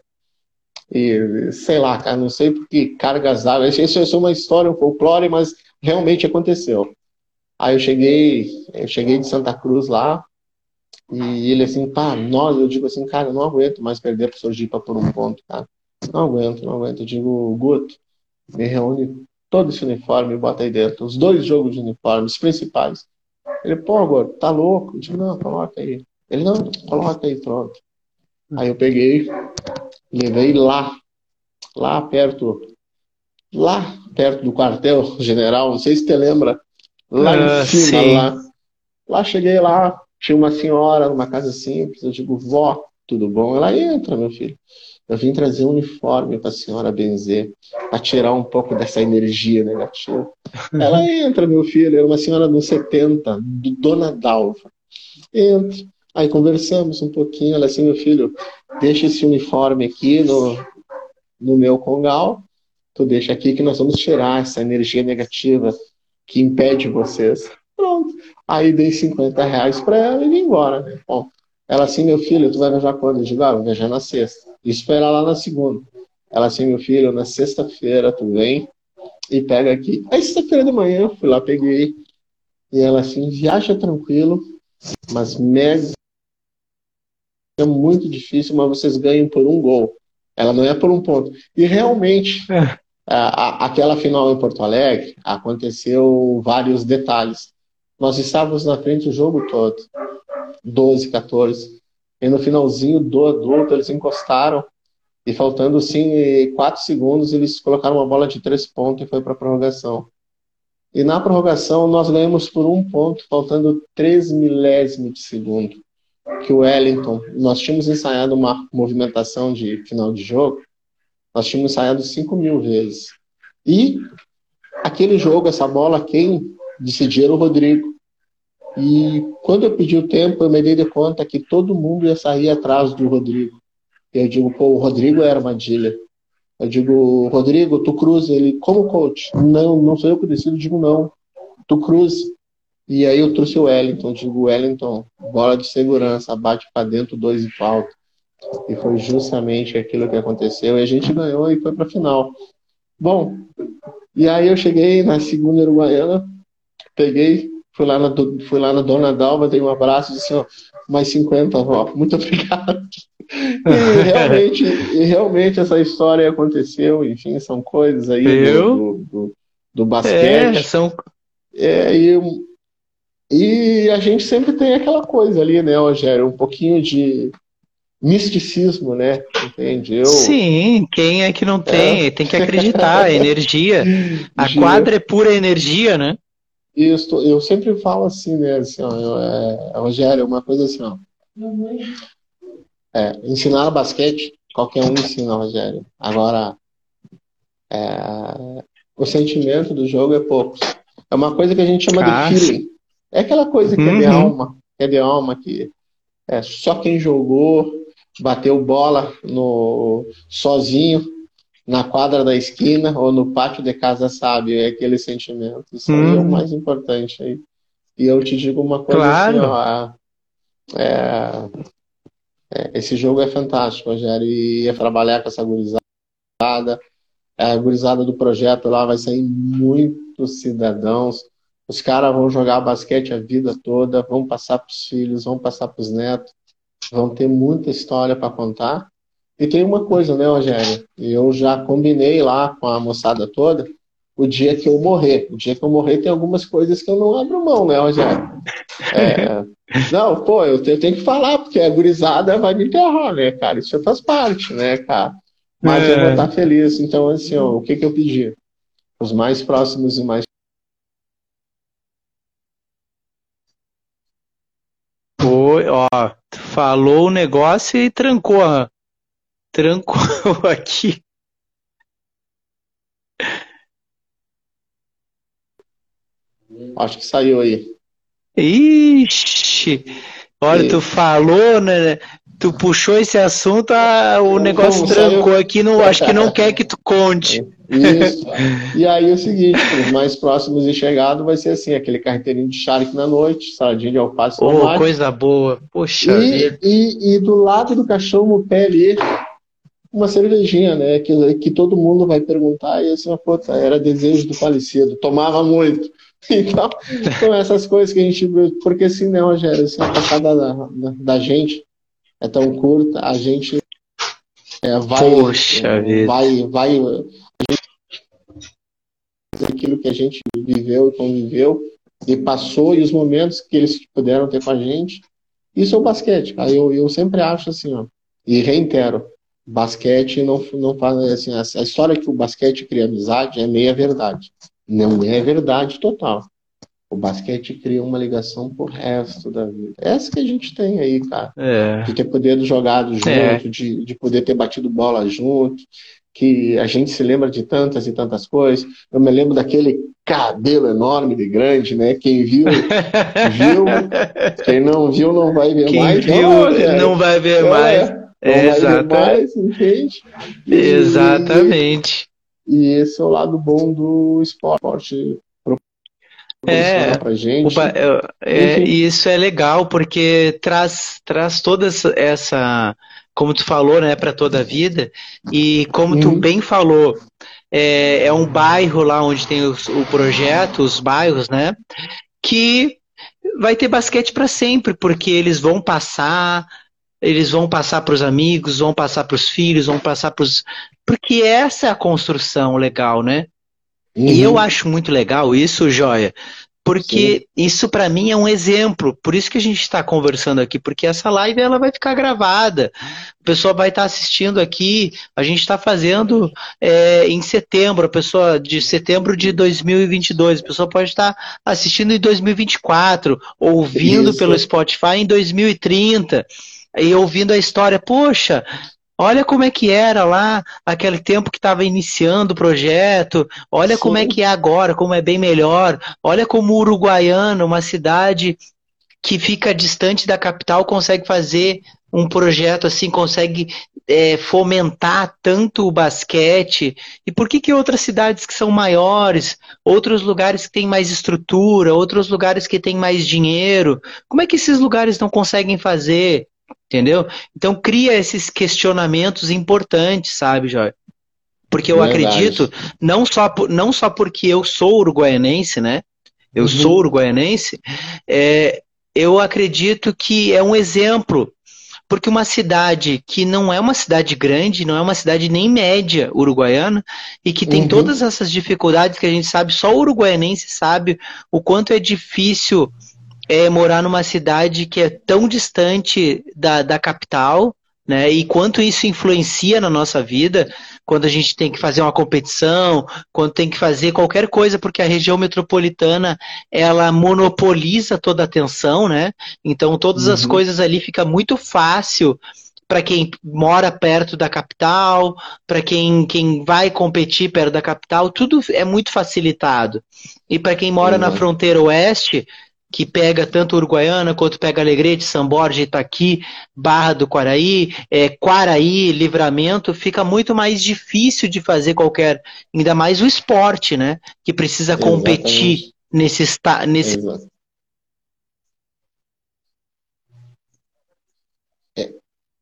E sei lá, cara, não sei por que cargas d'água. Isso é só uma história, um folclore, mas realmente aconteceu. Aí eu cheguei, eu cheguei de Santa Cruz lá, e ele assim, pá, nós, eu digo assim, cara, eu não aguento mais perder pro Sergipe por um ponto, cara. Não aguento, não aguento. Eu digo, Guto, me reúne todo esse uniforme e bota aí dentro. Os dois jogos de uniforme, os principais. Ele, pô, Guto, tá louco? Eu digo, não, coloca aí. Ele, não, coloca aí, pronto. Aí eu peguei, levei lá, lá perto, lá perto do quartel-general, não sei se te lembra, lá em Ah, cima, sim. lá. Lá cheguei lá, tinha uma senhora numa casa simples, eu digo, vó, tudo bom? Ela entra, meu filho. Eu vim trazer um uniforme para a senhora benzer, para tirar um pouco dessa energia negativa. Ela entra, meu filho, era uma senhora dos setenta, do Dona Dalva. Entra. Aí conversamos um pouquinho, ela assim, meu filho, deixa esse uniforme aqui no, no meu congal, tu deixa aqui que nós vamos tirar essa energia negativa que impede vocês. Pronto. Aí dei cinquenta reais para ela e vim embora. Né? Bom, ela assim, meu filho, tu vai viajar quando? Eu digo, ah, vou viajar na sexta. Isso foi lá na segunda. Ela assim, meu filho, na sexta-feira tu vem e pega aqui. Aí sexta-feira de manhã eu fui lá, peguei. E ela assim, viaja tranquilo, mas mega é muito difícil, mas vocês ganham por um gol. Ela não é por um ponto. E realmente, É. a, a, aquela final em Porto Alegre, aconteceu vários detalhes. Nós estávamos na frente o jogo todo, doze, quatorze. E no finalzinho do adulto, eles encostaram. E faltando, sim, quatro segundos, eles colocaram uma bola de três pontos e foi para a prorrogação. E na prorrogação, nós ganhamos por um ponto, faltando três milésimos de segundo. Que o Wellington, nós tínhamos ensaiado uma movimentação de final de jogo, nós tínhamos ensaiado cinco mil vezes. E aquele jogo, essa bola, quem decidia era o Rodrigo. E quando eu pedi o tempo, eu me dei de conta que todo mundo ia sair atrás do Rodrigo. Eu digo, pô, o Rodrigo é armadilha. Eu digo, Rodrigo, tu cruza. Ele, como coach? Não, não sou eu que decido. Eu digo, não, tu cruza. E aí eu trouxe o Wellington. Eu digo, Wellington, bola de segurança, bate para dentro, dois e falta. E foi justamente aquilo que aconteceu. E a gente ganhou e foi para a final. Bom, e aí eu cheguei na segunda Uruguaiana, peguei, fui lá na, fui lá na Dona Dalva, dei um abraço e disse, ó, mais cinquenta, ó, muito obrigado. E realmente, e realmente essa história aconteceu, enfim, são coisas aí do, do, do, do basquete. É, são... É, e, e a gente sempre tem aquela coisa ali, né, Rogério, um pouquinho de misticismo, né? Entende? Eu, Sim, quem é que não tem? é. Tem que acreditar, energia. A quadra é pura energia, né? Isso, eu sempre falo assim, né? Assim, ó, eu, é, Rogério, uma coisa assim, ó. É, ensinar basquete, qualquer um ensina, Rogério. Agora, é, o sentimento do jogo é poucos. É uma coisa que a gente chama Ah, de feeling. É aquela coisa que é de uhum. alma, que é de alma, que é só quem jogou, bateu bola no, sozinho, na quadra da esquina ou no pátio de casa sabe, é aquele sentimento. Isso aí é o Uhum. mais importante aí. E eu te digo uma coisa Claro. assim, ó, é, é, esse jogo é fantástico, Rogério, e ia trabalhar com essa gurizada, a gurizada do projeto lá vai sair muitos cidadãos, os caras vão jogar basquete a vida toda, vão passar para os filhos, vão passar para os netos, vão ter muita história para contar. E tem uma coisa, né, Rogério? Eu já combinei lá com a moçada toda o dia que eu morrer. O dia que eu morrer tem algumas coisas que eu não abro mão, né, Rogério? É... Não, pô, eu tenho, tenho que falar, porque a gurizada vai me enterrar, né, cara? Isso faz parte, né, cara? Mas eu vou estar feliz. Então, assim, ó, o que, que eu pedi? Os mais próximos e mais. Foi, ó, falou o negócio e trancou, ó. Trancou aqui. Acho que saiu aí. Ixi, olha, E... tu falou, né? Tu puxou esse assunto, ah, o negócio Como trancou saiu? aqui, não, acho que não quer que tu conte. Isso. E aí é o seguinte, os mais próximos e chegados vai ser assim, aquele carreteirinho de charque na noite, saladinha de alface Ô, tomate. coisa boa. Poxa E, vida. e, e do lado do caixão, no pé ali, uma cervejinha, né? Que, que todo mundo vai perguntar, e assim, puta, era desejo do falecido, tomava muito. Então, são essas coisas que a gente. Porque assim, né, Rogério, assim, a passada da, da, da gente é tão curta, a gente é, vai, Poxa é, vida. vai, vai. Aquilo que a gente viveu e conviveu, e passou, e os momentos que eles puderam ter com a gente. Isso é o basquete, cara. Eu, eu sempre acho assim, ó, e reitero, basquete não, não faz assim, a história que o basquete cria amizade é meia verdade. Não é verdade total. O basquete cria uma ligação pro resto da vida. Essa que a gente tem aí, cara. É. De ter podido jogado junto, É. de, de poder ter batido bola junto, que a gente se lembra de tantas e tantas coisas. Eu me lembro daquele cabelo enorme de grande, né? Quem viu, viu. Quem não viu, não vai ver Quem mais. viu Não, não vai ver é, mais. não É, vai ver exata. mais, entende? E, Exatamente. E, e esse é o lado bom do esporte. É, pra o gente. ba- é, Enfim. e isso é legal porque traz, traz toda essa, essa, como tu falou, né, para toda a vida. E como tu Uhum. bem falou, é, é um bairro lá onde tem os- o projeto, os bairros, né, que vai ter basquete para sempre, porque eles vão passar. eles vão passar para os amigos, vão passar para os filhos, vão passar para os... Porque essa é a construção legal, né? E eu Uhum, acho muito legal isso, Joia, sim, porque isso para mim é um exemplo. Por isso que a gente está conversando aqui, porque essa live ela vai ficar gravada. O pessoal vai estar assistindo aqui. A gente está fazendo é, em setembro, a pessoa de setembro de dois mil e vinte e dois. A pessoa pode estar assistindo em dois mil e vinte e quatro, ouvindo pelo isso, Spotify em dois mil e trinta. E ouvindo a história, poxa, olha como é que era lá, aquele tempo que estava iniciando o projeto. Olha como é que sim, é agora, como é bem melhor. Olha como Uruguaiana, uma cidade que fica distante da capital, consegue fazer um projeto assim, consegue é, fomentar tanto o basquete. E por que que outras cidades que são maiores, outros lugares que têm mais estrutura, outros lugares que têm mais dinheiro, como é que esses lugares não conseguem fazer? Entendeu? Então cria esses questionamentos importantes, sabe, Jorge? Porque eu acredito, verdade. não só, por- não só porque eu sou uruguaianense, né? Eu sou Uhum, uruguaianense, é, eu acredito que é um exemplo, porque uma cidade que não é uma cidade grande, não é uma cidade nem média uruguaiana, e que tem todas uhum, essas dificuldades que a gente sabe, só o uruguaianense sabe o quanto é difícil é, morar numa cidade que é tão distante da, da capital, né? E quanto isso influencia na nossa vida, quando a gente tem que fazer uma competição, quando tem que fazer qualquer coisa, porque a região metropolitana ela monopoliza toda a atenção, né? Então todas as uhum, coisas ali fica muito fácil para quem mora perto da capital, para quem, quem vai competir perto da capital, tudo é muito facilitado. E para quem mora na exato, fronteira oeste, que pega tanto Uruguaiana quanto pega Alegrete, São Borja, Itaqui, Barra do Quaraí, é, Quaraí, Livramento, fica muito mais difícil de fazer qualquer, ainda mais o esporte, né? Que precisa competir exatamente, nesse, nesse exato. É,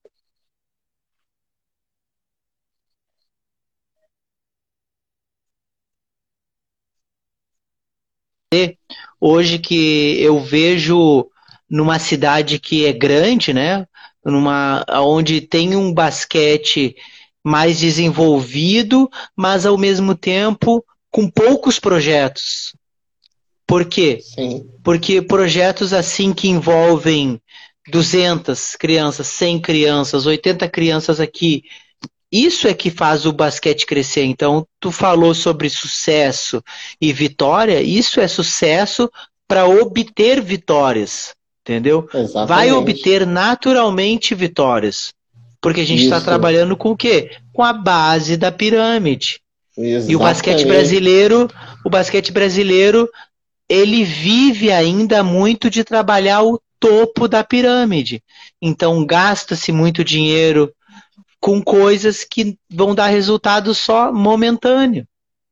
hoje que eu vejo numa cidade que é grande, né? Numa onde tem um basquete mais desenvolvido, mas ao mesmo tempo com poucos projetos. Por quê? sim, Porque projetos assim que envolvem duzentas crianças, cem crianças, oitenta crianças aqui, isso é que faz o basquete crescer. Então, tu falou sobre sucesso e vitória, isso é sucesso para obter vitórias, entendeu? Vai exatamente. obter naturalmente vitórias, porque a gente está Isso, trabalhando com o quê? Com a base da pirâmide. E o basquete exatamente, brasileiro, o basquete brasileiro ele vive ainda muito de trabalhar o topo da pirâmide. Então gasta-se muito dinheiro com coisas que vão dar resultado só momentâneo.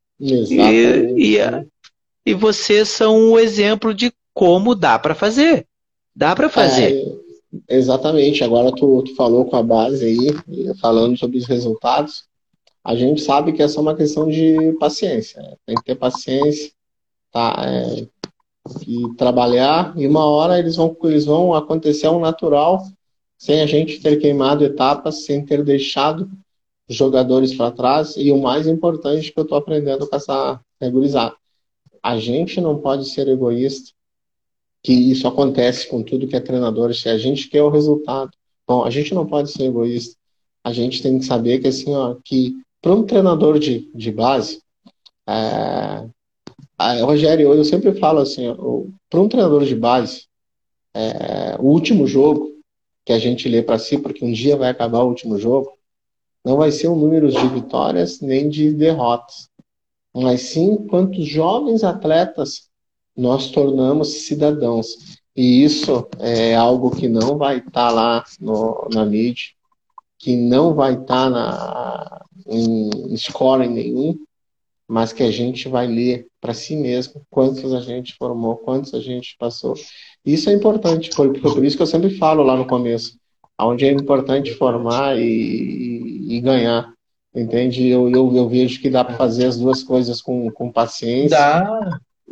E, exatamente. e, e vocês são o exemplo de como dá para fazer. Dá para fazer. É, exatamente. Agora tu, tu falou com a base aí, falando sobre os resultados. A gente sabe que essa é uma questão de paciência, né? Tem que ter paciência, tá? É, e trabalhar, e uma hora eles vão, eles vão acontecer ao natural, sem a gente ter queimado etapas, sem ter deixado jogadores para trás. E o mais importante que eu estou aprendendo com essa gurizada, a gente não pode ser egoísta, que isso acontece com tudo que é treinador, se a gente quer o resultado. Bom, a gente não pode ser egoísta. A gente tem que saber que, assim, ó, que para um treinador de, de base, é, a, Rogério, eu sempre falo assim, para um treinador de base, é, o último jogo que a gente lê para si, porque um dia vai acabar o último jogo, não vai ser o número de vitórias nem de derrotas, mas sim quantos jovens atletas nós tornamos cidadãos. E isso é algo que não vai estar lá no, na mídia, que não vai estar na, em scoring nenhum, mas que a gente vai ler para si mesmo quantos a gente formou, quantos a gente passou. Isso é importante, por, por isso que eu sempre falo lá no começo, onde é importante formar e, e, e ganhar. Entende? Eu, eu, eu vejo que dá para fazer as duas coisas com, com paciência Dá.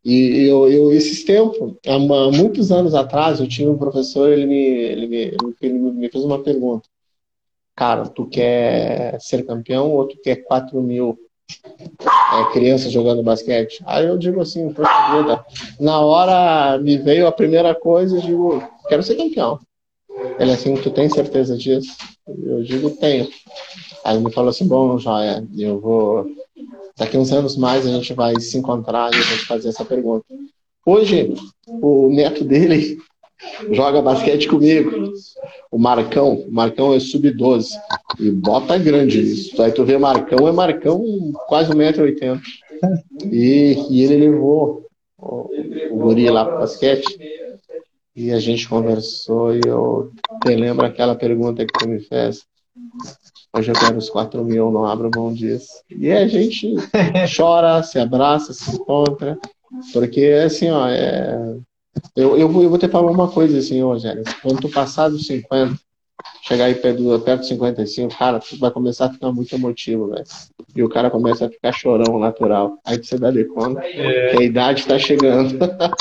E eu, eu esses tempos, há ma- muitos anos atrás, eu tinha um professor, ele me, ele me, ele me ele me fez uma pergunta. Cara, tu quer ser campeão ou tu quer quatro mil é, crianças jogando basquete? Aí eu digo assim, poxa vida, na hora me veio a primeira coisa, eu digo, quero ser campeão. Ele assim, tu tem certeza disso? Eu digo, tenho. Aí ele me falou assim, bom, Joia, eu vou... Daqui uns anos mais a gente vai se encontrar e eu vou te fazer essa pergunta. Hoje, o neto dele joga basquete comigo. O Marcão, o Marcão é sub doze. E bota grande isso. Aí tu vê Marcão, é Marcão quase um metro e oitenta. E, e ele levou o, o guri lá pro basquete. E a gente conversou e eu te lembro aquela pergunta que tu me fez. Hoje eu quero os quatro mil, não abro mão disso. E a gente chora, se abraça, se encontra. Porque, assim, ó, é... eu, eu, vou, eu vou te falar uma coisa, assim, Rogério. Quando tu passar dos cinquenta, chegar aí perto, perto dos cinquenta e cinco, cara, tu vai começar a ficar muito emotivo, velho. E o cara começa a ficar chorão natural. Aí você dá de conta que a idade tá chegando.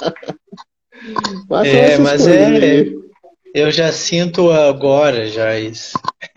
Mas são É, essas mas coisas é, aí. eu já sinto agora já isso.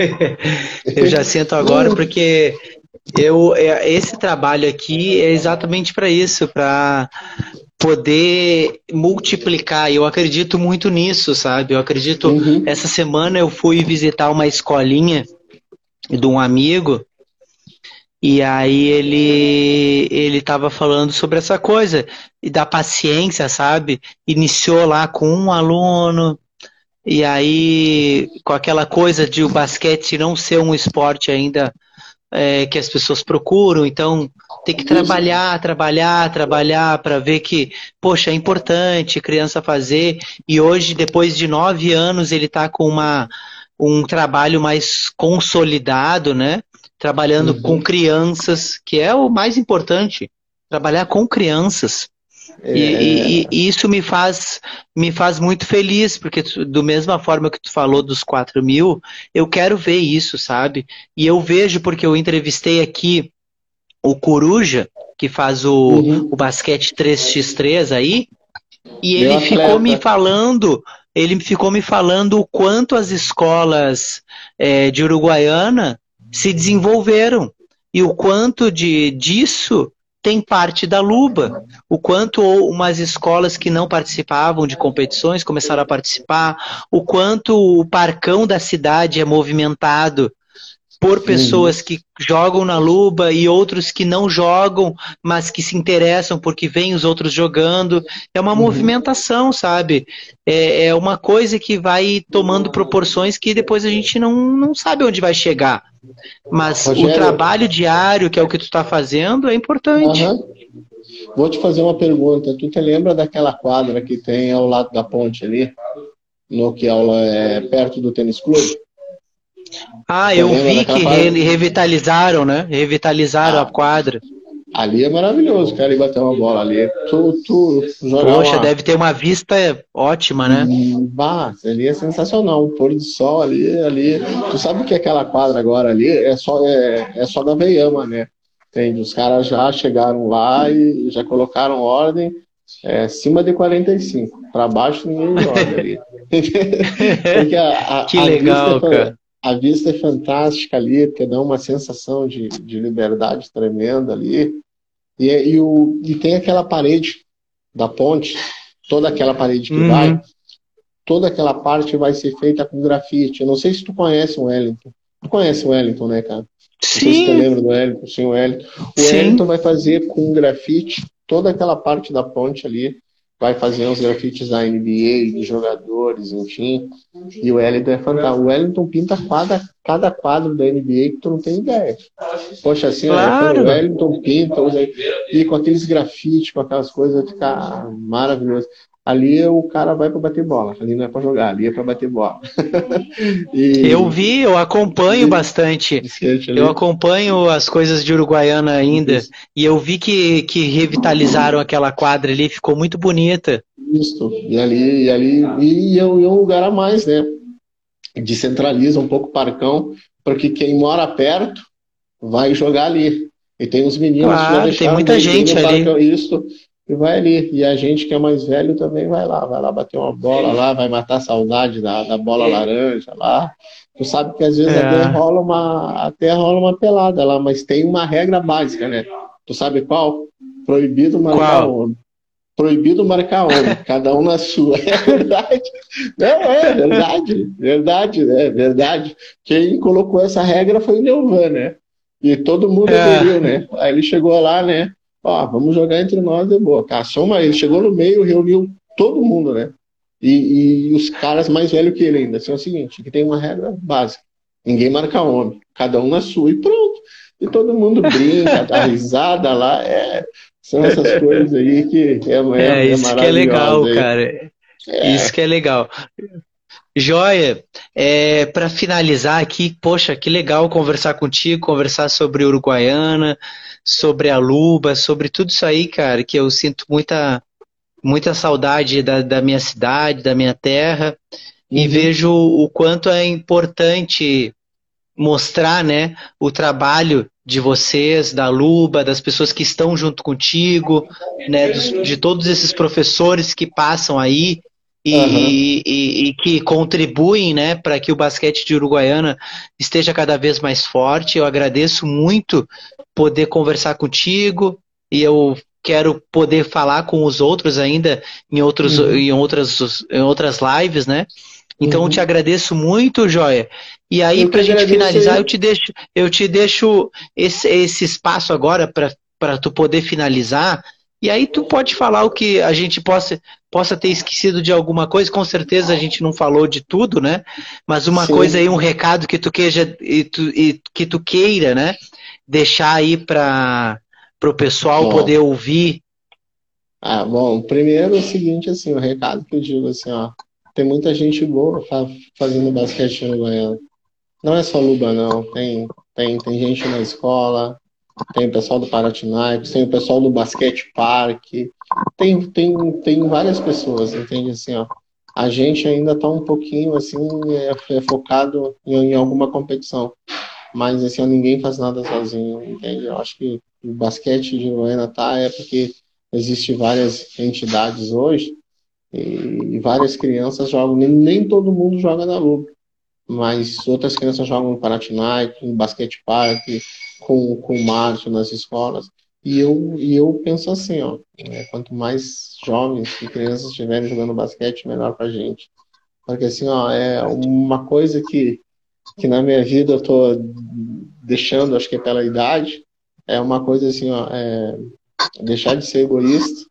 Eu já sinto agora porque eu é, esse trabalho aqui é exatamente para isso, para poder multiplicar. Eu acredito muito nisso, sabe? Eu acredito. Uhum, Essa semana eu fui visitar uma escolinha de um amigo. E aí ele ele estava falando sobre essa coisa e da paciência, sabe? Iniciou lá com um aluno, e aí com aquela coisa de o basquete não ser um esporte ainda é, que as pessoas procuram, então tem que isso. trabalhar, trabalhar, trabalhar para ver que, poxa, é importante criança fazer. E hoje, depois de nove anos, ele está com uma, um trabalho mais consolidado, né? Trabalhando com Uhum. crianças, que é o mais importante, trabalhar com crianças. É, E, e- é, e isso me faz, me faz muito feliz, porque tu- do mesma forma que tu falou dos quatro mil, eu quero ver isso, sabe? E eu vejo porque eu entrevistei aqui o Coruja, que faz o, o uhum. basquete três por três aí, e Meu ele ficou me atleta. falando, ele ficou me falando o quanto as escolas eh, de Uruguaiana se desenvolveram e o quanto de disso tem parte da Luba, o quanto umas escolas que não participavam de competições começaram a participar, o quanto o parcão da cidade é movimentado por Uhum, pessoas que jogam na Luba e outros que não jogam, mas que se interessam porque veem os outros jogando. É uma uhum. movimentação, sabe? É, é uma coisa que vai tomando proporções que depois a gente não, não sabe onde vai chegar. Mas o Rogério, trabalho diário, que é o que tu está fazendo, é importante. aham. Vou te fazer uma pergunta. Tu te lembra daquela quadra que tem ao lado da ponte ali, no que aula é perto do tênis clube? Ah, Você eu lembra vi daquela que re- quadra? revitalizaram, né? Revitalizaram a Ah, quadra. ali é maravilhoso, cara, ir bater uma bola ali. Tu, tu jogar Poxa, uma. deve ter uma vista ótima, né? Hum, Bah, ali é sensacional. O pôr do sol ali, ali. Tu sabe que aquela quadra agora ali é só, é, é só da veiama, né? Entende? Os caras já chegaram lá e já colocaram ordem é, acima de quarenta e cinco. Para baixo ninguém joga ali. Porque a, Que a, a, vista é, legal, fan- cara. a vista é fantástica ali, que dá uma sensação de, de liberdade tremenda ali. E, e, o, e tem aquela parede da ponte, toda aquela parede que vai, Uhum. toda aquela parte vai ser feita com grafite. Eu não sei se tu conhece o Wellington. Tu conhece o Wellington, né, cara? Não sei se tu Sim, lembra do Wellington, sim, o Wellington. O Wellington sim. vai fazer com grafite toda aquela parte da ponte ali. Vai fazer uns grafites da N B A, de jogadores, enfim. E o Wellington é fantástico. O Wellington pinta cada, cada quadro da N B A que tu não tem ideia. Poxa, assim, ó, é quando o Claro. Wellington pinta, usa, e com aqueles grafites, com aquelas coisas, fica maravilhoso. Ali o cara vai para bater bola, ali não é para jogar, ali é para bater bola. Eu E, vi, eu acompanho e bastante. de skate Eu ali, acompanho as coisas de Uruguaiana ainda. isso, E eu vi que, que revitalizaram aquela quadra ali, ficou muito bonita. isso. E ali, e ali, e é um e é um lugar a mais, né? Descentraliza um pouco o Parcão, porque quem mora perto vai jogar ali. E tem uns meninos que já Claro, tem deixaram muita bem, bem gente no ali. Parcão isso. e vai ali. E a gente que é mais velho também vai lá, vai lá bater uma bola lá, vai matar a saudade da, da bola laranja lá. Tu sabe que às vezes até É, rola uma, até rola uma pelada lá, mas tem uma regra básica, né? Tu sabe qual? Proibido marcar qual? homem. Proibido marcar homem, cada um na sua. É verdade. Não, é verdade. Verdade, é verdade. Quem colocou essa regra foi o Neuvan, né? E todo mundo aderiu, É, né? Aí ele chegou lá, né? Ó, vamos jogar entre nós de boa. Caçou uma, ele chegou no meio, reuniu todo mundo, né? E, e os caras mais velhos que ele ainda. Assim, é o seguinte, que tem uma regra básica. Ninguém marca homem, cada um na sua e pronto. E todo mundo brinca, dá risada lá. É, são essas coisas aí que é, é é, é isso que é maravilhosa legal, aí. cara. Isso É, que é legal. Joia, é, para finalizar aqui, poxa, que legal conversar contigo, conversar sobre Uruguaiana, sobre a Luba, sobre tudo isso aí, cara, que eu sinto muita, muita saudade da, da minha cidade, da minha terra, e uhum, vejo o quanto é importante mostrar, né, o trabalho de vocês, da Luba, das pessoas que estão junto contigo, né, dos- de todos esses professores que passam aí aham. e, e- e que contribuem, né, para que o basquete de Uruguaiana esteja cada vez mais forte. Eu agradeço muito poder conversar contigo e eu quero poder falar com os outros ainda em outros, Uhum, em outras, em outras lives, né? Então eu te uhum. agradeço muito, Joia. E aí, Eu que para a gente agradeço finalizar, eu aí. te deixo, eu te deixo esse, esse espaço agora para para tu poder finalizar. E aí tu pode falar o que a gente possa, possa ter esquecido de alguma coisa. Com certeza a gente não falou de tudo, né? Mas uma coisa aí, um Sim. recado que tu queja, e tu, e que tu queira, né? Deixar aí para o pessoal poder Bom, ouvir. ah, bom, primeiro é o seguinte, assim, o recado que eu digo, assim, ó, tem muita gente boa fa- fazendo basquete no Goiânia. Não é só Luba, não. Tem, tem, tem gente na escola, tem o pessoal do Panathinaikos, tem o pessoal do Basquete Park, tem, tem, tem várias pessoas, entende? Assim, ó, a gente ainda está um pouquinho assim é, é focado em, em alguma competição, mas assim, ó, ninguém faz nada sozinho, entende? Eu acho que o basquete de Goiânia tá é porque existe várias entidades hoje e, e várias crianças jogam, nem, nem todo mundo joga na Luba, mas outras crianças jogam no Panathinaikos, no Basquete Park, com, com o Márcio nas escolas. E eu, e eu penso assim, ó, é, quanto mais jovens e crianças estiverem jogando basquete, melhor pra gente. Porque assim, ó, é uma coisa que, que na minha vida eu tô deixando, acho que é pela idade, é uma coisa assim, ó, é deixar de ser egoísta.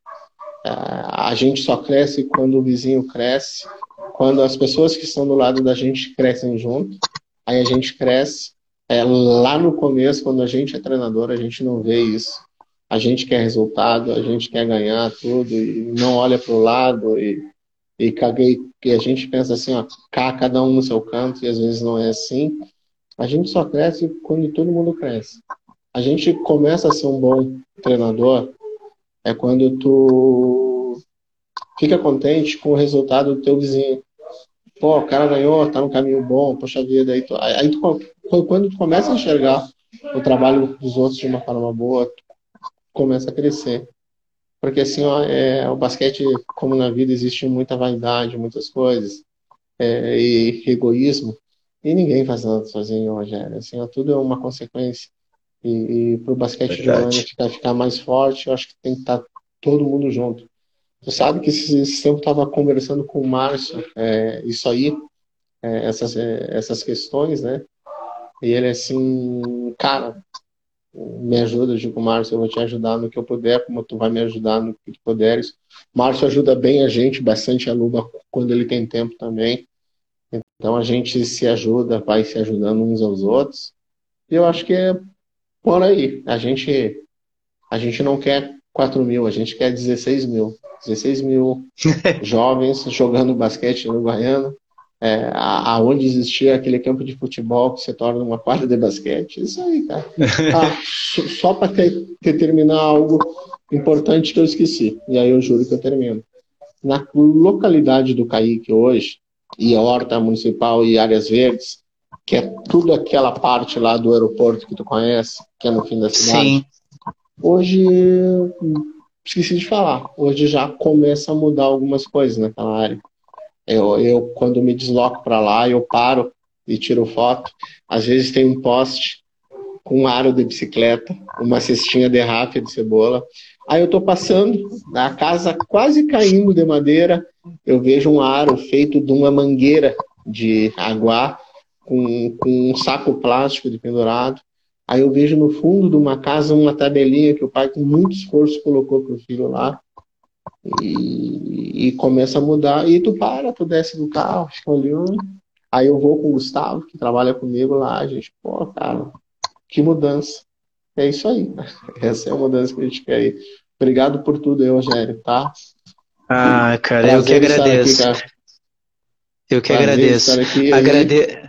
A gente só cresce quando o vizinho cresce, quando as pessoas que estão do lado da gente crescem junto. Aí a gente cresce. É, lá no começo, quando a gente é treinador, a gente não vê isso. A gente quer resultado, a gente quer ganhar tudo e não olha para o lado e, e, caguei, e a gente pensa assim, ó, cá, cada um no seu canto, e às vezes não é assim. A gente só cresce quando todo mundo cresce. A gente começa a ser um bom treinador é quando tu fica contente com o resultado do teu vizinho. Pô, o cara ganhou, tá no caminho bom, poxa vida. Aí tu, aí tu, quando tu começa a enxergar o trabalho dos outros de uma forma boa, tu começa a crescer. Porque assim, ó, é, o basquete, como na vida, existe muita vaidade, muitas coisas, é, e egoísmo, e ninguém faz nada sozinho, Rogério. Assim, ó, tudo é uma consequência. E, e para o basquete de Goiânia Verdade. ficar, ficar mais forte, eu acho que tem que estar todo mundo junto. Tu sabe que esse, esse tempo estava conversando com o Márcio, é, isso aí, é, essas, é, essas questões, né? E ele assim, cara, me ajuda, eu digo, Márcio, eu vou te ajudar no que eu puder, como tu vai me ajudar no que tu puderes. Márcio ajuda bem a gente, bastante a Luba, quando ele tem tempo também. Então a gente se ajuda, vai se ajudando uns aos outros. E eu acho que é por aí. A gente, a gente não quer quatro mil, a gente quer dezesseis mil. dezesseis mil jovens jogando basquete no Guaiana, é, aonde existia aquele campo de futebol que se torna uma quadra de basquete. Isso aí, cara. Ah, só para ter, ter, terminar algo importante que eu esqueci. E aí eu juro que eu termino. Na localidade do Caique hoje, e a Horta Municipal e Áreas Verdes, que é tudo aquela parte lá do aeroporto que tu conhece, que é no fim da cidade, Sim. hoje esqueci de falar, hoje já começa a mudar algumas coisas naquela área. Eu, eu quando me desloco para lá, eu paro e tiro foto. Às vezes tem um poste com um aro de bicicleta, uma cestinha de ráfia de cebola. Aí eu tô passando, a casa quase caindo de madeira, eu vejo um aro feito de uma mangueira de água com, com um saco plástico de pendurado. Aí eu vejo no fundo de uma casa uma tabelinha que o pai com muito esforço colocou pro filho lá. E, e começa a mudar. E tu para, tu desce do carro, fica olhando. Aí eu vou com o Gustavo, que trabalha comigo lá. A gente, pô, cara, que mudança. É isso aí. Essa é a mudança que a gente quer aí. Obrigado por tudo aí, Rogério, tá? Ah, cara, eu que Prazer estar aqui, agradeço. cara. Eu que Prazer agradeço. estar aqui aí. Agrade...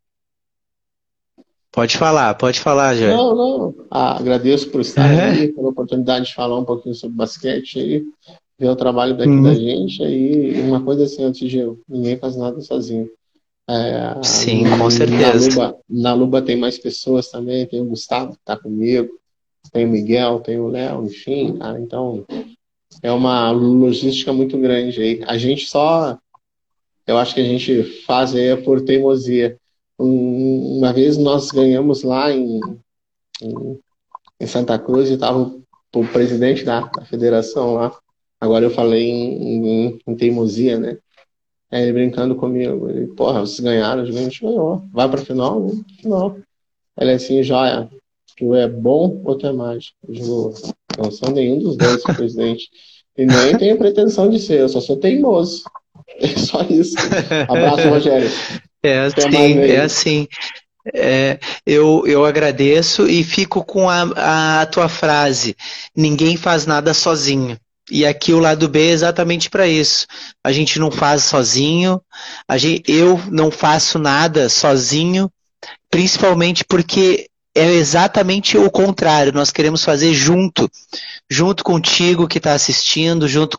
Pode falar, pode falar, Joia. Não, não. Ah, agradeço por estar Uhum. aí, pela oportunidade de falar um pouquinho sobre basquete aí, ver o trabalho daqui da Uhum. gente aí. Uma coisa assim, antes de eu, ninguém faz nada sozinho. É, Sim, com na certeza. Luba, na Luba tem mais pessoas também, tem o Gustavo que tá comigo, tem o Miguel, tem o Léo, enfim, cara, então é uma logística muito grande aí. A gente só, eu acho que a gente faz aí é por teimosia. Um- uma vez nós ganhamos lá em, em, em Santa Cruz e tava o, o presidente da, da federação lá. Agora eu falei em, em, em teimosia, né? Aí ele brincando comigo, ele, porra, vocês ganharam, a gente ganhou. Vai pra final, né? Final. Ele é assim, joia, tu é bom ou tu é mágico? Eu digo, não sou nenhum dos dois, presidente. E nem tenho pretensão de ser, eu só sou teimoso. É só isso. Abraço, Rogério. É Até mais assim, é aí. assim. É, eu, eu agradeço e fico com a, a tua frase: ninguém faz nada sozinho. E aqui o lado B é exatamente para isso. A gente não faz sozinho, a gente, eu não faço nada sozinho, principalmente porque é exatamente o contrário. Nós queremos fazer junto, junto contigo que está assistindo, junto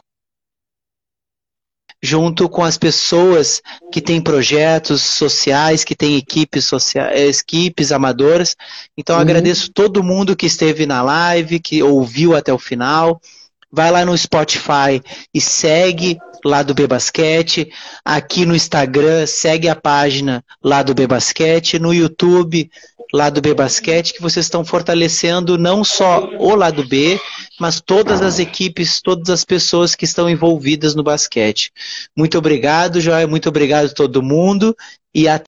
junto com as pessoas que têm projetos sociais, que têm equipes sociais, equipes amadoras. Então agradeço Uhum. todo mundo que esteve na live, que ouviu até o final. Vai lá no Spotify e segue lá do B Basquete. Aqui no Instagram, segue a página lá do B Basquete. No YouTube, lá do B Basquete, que vocês estão fortalecendo não só o lado B, mas todas as equipes, todas as pessoas que estão envolvidas no basquete. Muito obrigado, Joia. Muito obrigado a todo mundo. E até